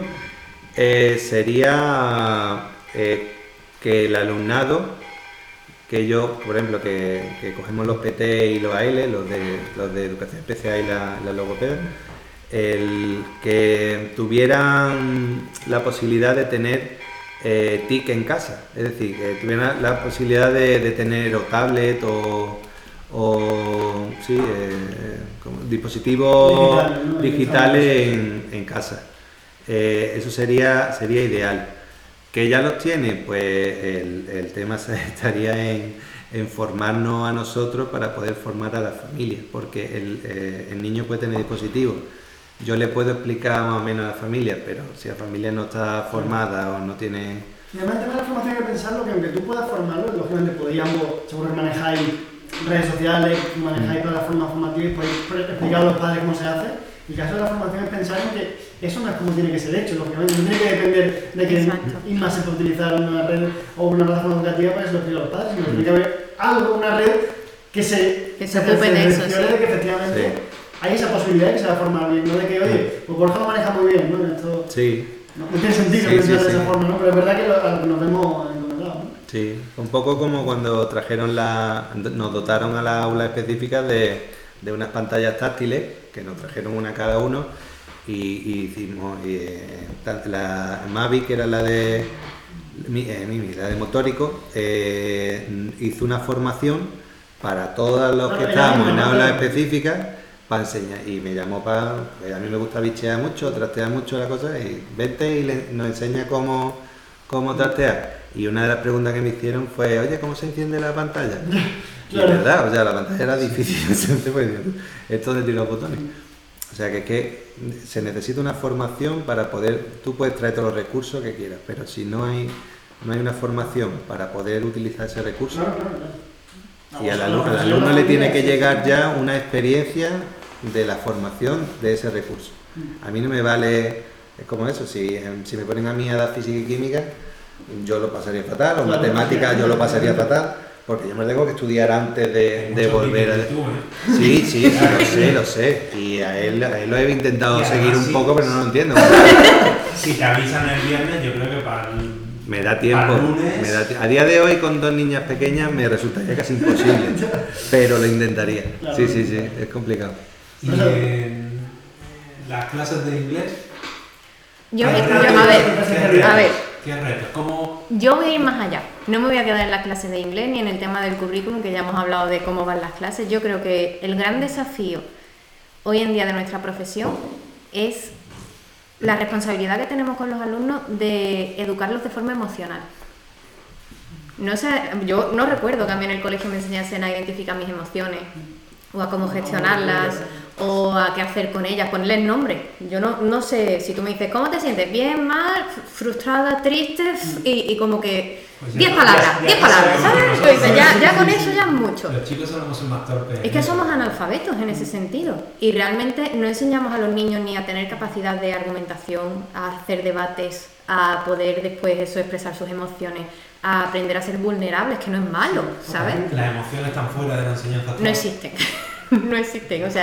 sería que el alumnado, que yo, por ejemplo, que cogemos los PT y los AL, los de educación especial y la logopeda, el que tuvieran la posibilidad de tener TIC en casa, es decir, que tuvieran la posibilidad de tener o tablet o sí, como dispositivos digitales en casa. Eso sería ideal. ¿Que ya los tiene? Pues el tema estaría en formarnos a nosotros para poder formar a la familia, porque el niño puede tener dispositivos. Yo le puedo explicar más o menos a la familia, pero si la familia no está formada o no tiene... Y además el tema de la formación hay que pensarlo, que aunque tú puedas formarlo, lógicamente podéis ambos, seguro que manejáis redes sociales, manejáis plataformas formativas y podéis explicar a los padres cómo se hace. El caso de la formación es pensar en que eso no es como tiene que ser hecho, lógicamente. No tiene que depender de que INMA se pueda utilizar una red o una plataforma educativa para que se lo explique a los padres, sino que tiene que haber algo, una red que se ocupe de eso, de que efectivamente hay esa posibilidad de que se va a formar bien, no de que, oye, pues Borja lo maneja muy bien, ¿no? Esto no tiene sentido pensar de esa forma, ¿no? Pero es verdad que nos vemos encontrados, ¿no? Sí, un poco como cuando nos dotaron a la aula específica de unas pantallas táctiles, que nos trajeron una cada uno, y hicimos la Mavi, que era la de Mimi, la de motórico, hizo una formación para todos los que estábamos en aulas específicas para enseñar, y me llamó pues a mí me gusta bichear mucho, trastear mucho la cosa, y vente y nos enseña cómo trastear. Y una de las preguntas que me hicieron fue, oye, ¿cómo se enciende la pantalla? Y es verdad, o sea, la pantalla era difícil, esto de tirar los botones. O sea, que se necesita una formación para poder, tú puedes traer todos los recursos que quieras, pero si no hay una formación para poder utilizar ese recurso, y al alumno le tiene que llegar ya una experiencia de la formación de ese recurso. A mí no me vale, es como eso, si me ponen a mí a dar física y química, yo lo pasaría fatal, o matemáticas yo lo pasaría fatal, porque yo me tengo que estudiar antes de volver a... Sí, lo sé, y a él lo he intentado seguir un poco, pero no lo entiendo. Si te avisan el viernes, yo creo que para el... Me da tiempo. A día de hoy, con 2 niñas pequeñas, me resultaría casi imposible, pero lo intentaría. Sí, es complicado. ¿Y en las clases de inglés? A ver. ¿Qué retos? ¿Cómo? Yo voy a ir más allá. No me voy a quedar en las clases de inglés ni en el tema del currículum, que ya hemos hablado de cómo van las clases. Yo creo que el gran desafío hoy en día de nuestra profesión es la responsabilidad que tenemos con los alumnos de educarlos de forma emocional. No sé, yo no recuerdo que a mí en el colegio me enseñasen a identificar mis emociones o a cómo gestionarlas o a qué hacer con ellas, ponerles nombre. Yo no sé, si tú me dices, ¿cómo te sientes? Bien, mal, frustrada, triste, y como que 10 palabras, ¿sabes? Tú dices, ya con eso ya es mucho. Los chicos somos más torpes. Es que somos analfabetos en ese sentido y realmente no enseñamos a los niños ni a tener capacidad de argumentación, a hacer debates, a poder después eso expresar sus emociones, a aprender a ser vulnerables, que no es malo, ¿sabes? Las emociones están fuera de la enseñanza. No existen. No existen, o sea...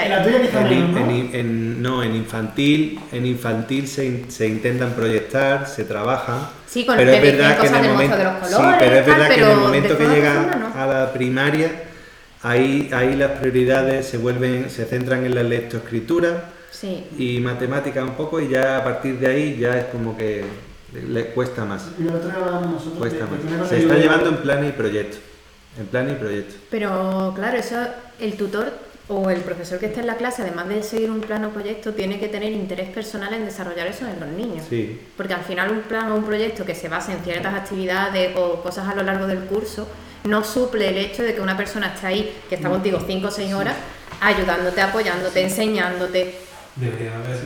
En infantil se intentan proyectar, se trabajan, sí, con pero es verdad que en el momento, de los colores, pero es verdad que en el momento que llega no. a la primaria, ahí las prioridades se centran en la lectoescritura y matemática un poco, y ya a partir de ahí ya es como que le cuesta más. Se está llevando en plan y proyecto. Pero claro, eso el tutor o el profesor que está en la clase, además de seguir un plan o proyecto, tiene que tener interés personal en desarrollar eso en los niños. Sí. Porque al final un plan o un proyecto que se base en ciertas actividades o cosas a lo largo del curso no suple el hecho de que una persona esté ahí, que está contigo 5 o 6 horas, ayudándote, apoyándote, enseñándote. Debería haber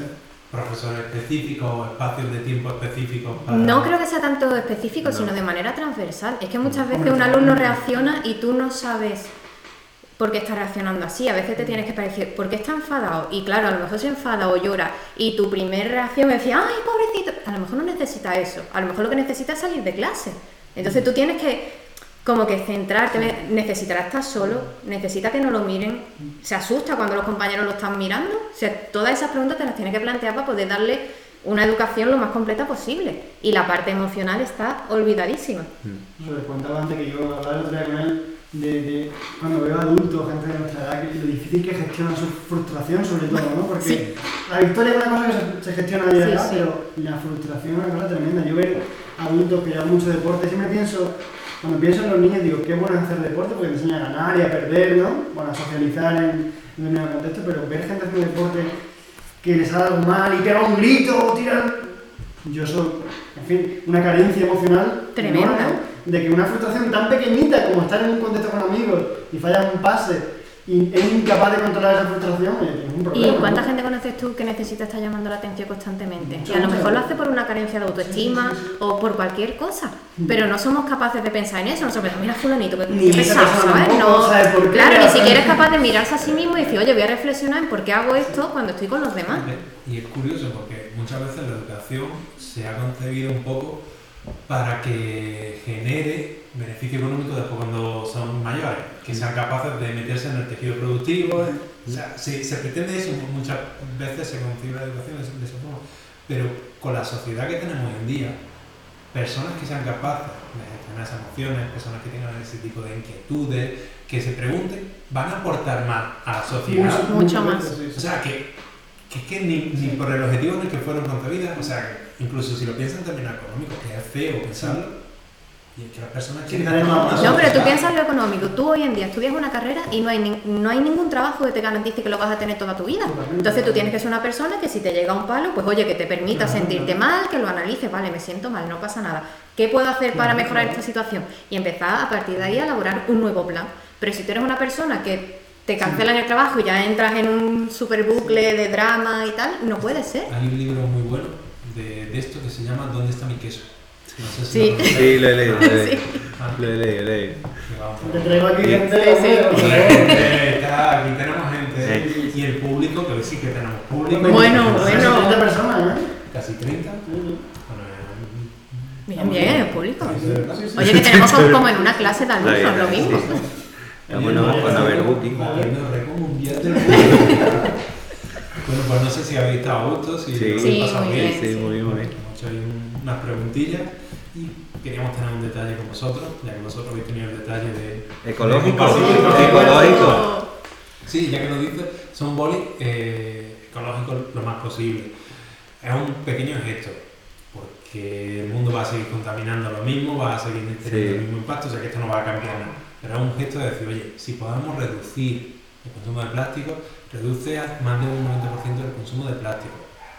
profesores específicos o espacios de tiempo específicos para... No creo que sea tanto específico, sino de manera transversal. Es que muchas veces un alumno reacciona y tú no sabes por qué está reaccionando así. A veces te tienes que parecer, ¿por qué está enfadado? Y claro, a lo mejor se enfada o llora y tu primera reacción es decir, ¡ay, pobrecito! A lo mejor no necesita eso. A lo mejor lo que necesita es salir de clase. Entonces tú tienes que como que centrarte, necesitará estar solo, necesita que no lo miren, se asusta cuando los compañeros lo están mirando. O sea, todas esas preguntas te las tienes que plantear para poder darle una educación lo más completa posible. Y la parte emocional está olvidadísima. Yo les contaba antes que yo hablaba el otro día con él de cuando veo adultos, gente de nuestra edad, que lo difícil que gestionan su frustración sobre todo, ¿no? Porque Sí. la victoria es una cosa que se gestiona a día de Sí, edad, sí. pero la frustración es una cosa tremenda. Yo veo adultos que llevan mucho deporte, siempre pienso, cuando pienso en los niños, digo, qué bueno es hacer deporte porque te enseña a ganar y a perder, ¿no? Bueno, a socializar en un nuevo contexto, pero ver gente haciendo deporte que les ha dado mal y pega un grito o tiran... Yo soy, en fin, una carencia emocional Tremenda. enorme, de que una frustración tan pequeñita como estar en un contexto con amigos y falla un pase y es incapaz de controlar esa frustración, es un problema. ¿Y cuánta ¿no? gente conoces tú que necesita estar llamando la atención constantemente? Mucho, Y a lo mucho. mejor lo hace por una carencia de autoestima o por cualquier cosa, pero no somos capaces de pensar en eso. Nosotros pensamos, mira fulanito, que Ni esa pesado, persona ¿sabes? tampoco No, sabe por qué, claro, ni ¿sabes? siquiera es capaz de mirarse a sí mismo y decir, oye, voy a reflexionar en por qué hago esto cuando estoy con los demás. Y es curioso porque muchas veces la educación se ha concebido un poco para que genere beneficio económico después cuando son mayores, que sean capaces de meterse en el tejido productivo. O sea, se pretende eso, muchas veces se concibe la educación de esa forma, pero con la sociedad que tenemos hoy en día, personas que sean capaces de gestionar esas emociones, personas que tengan ese tipo de inquietudes, que se pregunten, van a aportar más a la sociedad. Mucho más. Sí, sí. O sea, que es que ni por el objetivo en el que fueron concebidas, o sea, incluso si lo piensan en términos económicos, que es feo pensarlo, y es que las personas Sí, quieren además- No, pero tú piensas en lo económico. Tú hoy en día estudias una carrera y no hay ningún trabajo que te garantice que lo vas a tener toda tu vida. Totalmente. Entonces tú tienes que ser una persona que si te llega un palo, pues oye, que te permita sentirte mal, que lo analices, vale, me siento mal, no pasa nada. ¿Qué puedo hacer para mejorar esta situación? Y empezar a partir de ahí a elaborar un nuevo plan. Pero si tú eres una persona que te cancelan el trabajo y ya entras en un super bucle de drama y tal, no puede ser. Hay un libro muy bueno de esto que se llama ¿Dónde está mi queso? No sé si Sí. lo conocéis. Sí, lo he leído. Sí. Lo he leído. Que va un poco- Te traigo aquí Sí. gente Sí, sí. de los Aquí tenemos gente. Sí. Y el público, que hoy sí que tenemos público. Bueno, casi bueno. 30 personas, ¿eh? Casi 30. Bueno, Bien, bien, el público. sí, de verdad. Oye, que tenemos como en una clase de alumnos, lo mismo. Vámonos con Overbooking. Haciendo récord mundial del público. Bueno, pues no sé si habéis estado a gusto, si Sí. lo habéis Sí, pasado muy bien. bien. Sí, muy bien, muy bien. Hemos hecho ahí unas preguntillas y queríamos tener un detalle con vosotros, ya que vosotros habéis tenido el detalle de... Ecológico. de- Ecológico. Sí, ya que lo dices, son bolis ecológicos lo más posible. Es un pequeño gesto, porque el mundo va a seguir contaminando lo mismo, va a seguir teniendo Sí. el mismo impacto, o sea que esto no va a cambiar nada. Pero es un gesto de decir, oye, si podemos reducir el consumo de plástico, reduce a más de un 90% el consumo de plástico.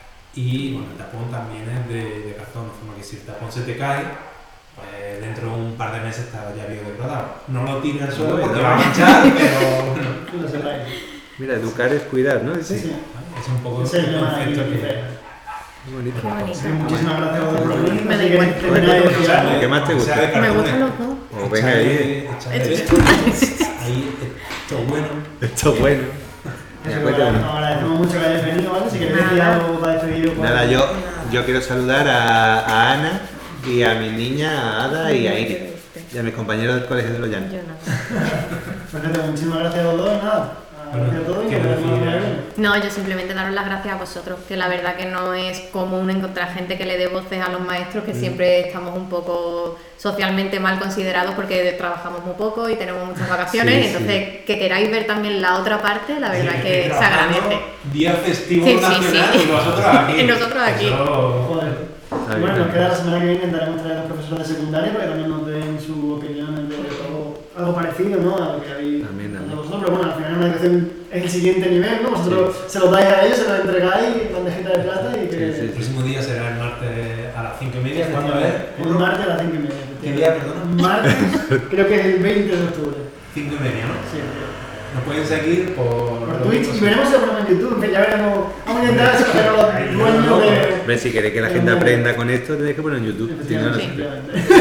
Y bueno, el tapón también es de cartón, de forma que si el tapón se te cae, pues dentro de un par de meses está ya biodegradado. No lo tires al suelo porque va a manchar, pero bueno. Lo sepáis. Mira, educar es cuidar, ¿no? Sí, sí. Es un poco Ese es el el lema aquí concepto de que... Muy bonito. Qué bonito. Sí, muchísimas gracias a vosotros por venir. Me da Así que igual. termináis de decir ¿Qué más te gusta? sea de Me cartón, gustan los dos. O venga ahí. Echarle esto, ahí, esto bueno. Esto es bueno. Eso, Mira, cuéntame. os agradecemos mucho que hayáis venido, ¿vale? Si queréis decir Nada. algo para despedir. Nada, yo quiero saludar a Ana y a mi niña, a Ada y a Iris. Y a mis compañeros del Colegio de los Llanos. Yo no. Perfecto, muchísimas gracias a los dos, nada. Gracias a todos y ¿qué nos vemos decir? la semana que viene. No, yo simplemente daros las gracias a vosotros, que la verdad que no es común encontrar gente que le dé voces a los maestros, que siempre estamos un poco socialmente mal considerados porque trabajamos muy poco y tenemos muchas vacaciones, Sí, y entonces que queráis ver también la otra parte, la verdad Sí, que se trabajando agradece. Día festivo Sí, sí, nacional sí. y nosotros aquí. Y nosotros aquí. Eso- Joder. Está Bueno, bien. nos queda la semana que viene, intentaremos traer a los profesores de secundaria para que también nos den su opinión de algo parecido, ¿no? A lo que habéis También, contado también. vosotros, pero bueno, al final una educación es el siguiente nivel, ¿no? Vosotros se lo dais a ellos, se lo entregáis, bandejita de plata y que... Sí, sí, El próximo día será el martes a las 5:30. ¿Cuándo es? El martes a las 5:30. ¿Qué día, perdona? Martes, creo que es el 20 de octubre. 5:30, ¿no? Sí. Nos pueden seguir Por Twitch y veremos si lo ponemos en YouTube, que ya veremos. Vamos a intentar escoger a los dueños de. Hombre, si queréis que la gente aprenda con esto, tenéis que poner en YouTube. Si no, no se puede.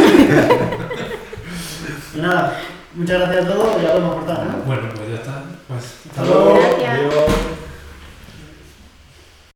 Y nada, muchas gracias a todos y ya lo hemos cortado, ¿no? Bueno, pues ya está. Pues, Hasta luego. Gracias. Adiós.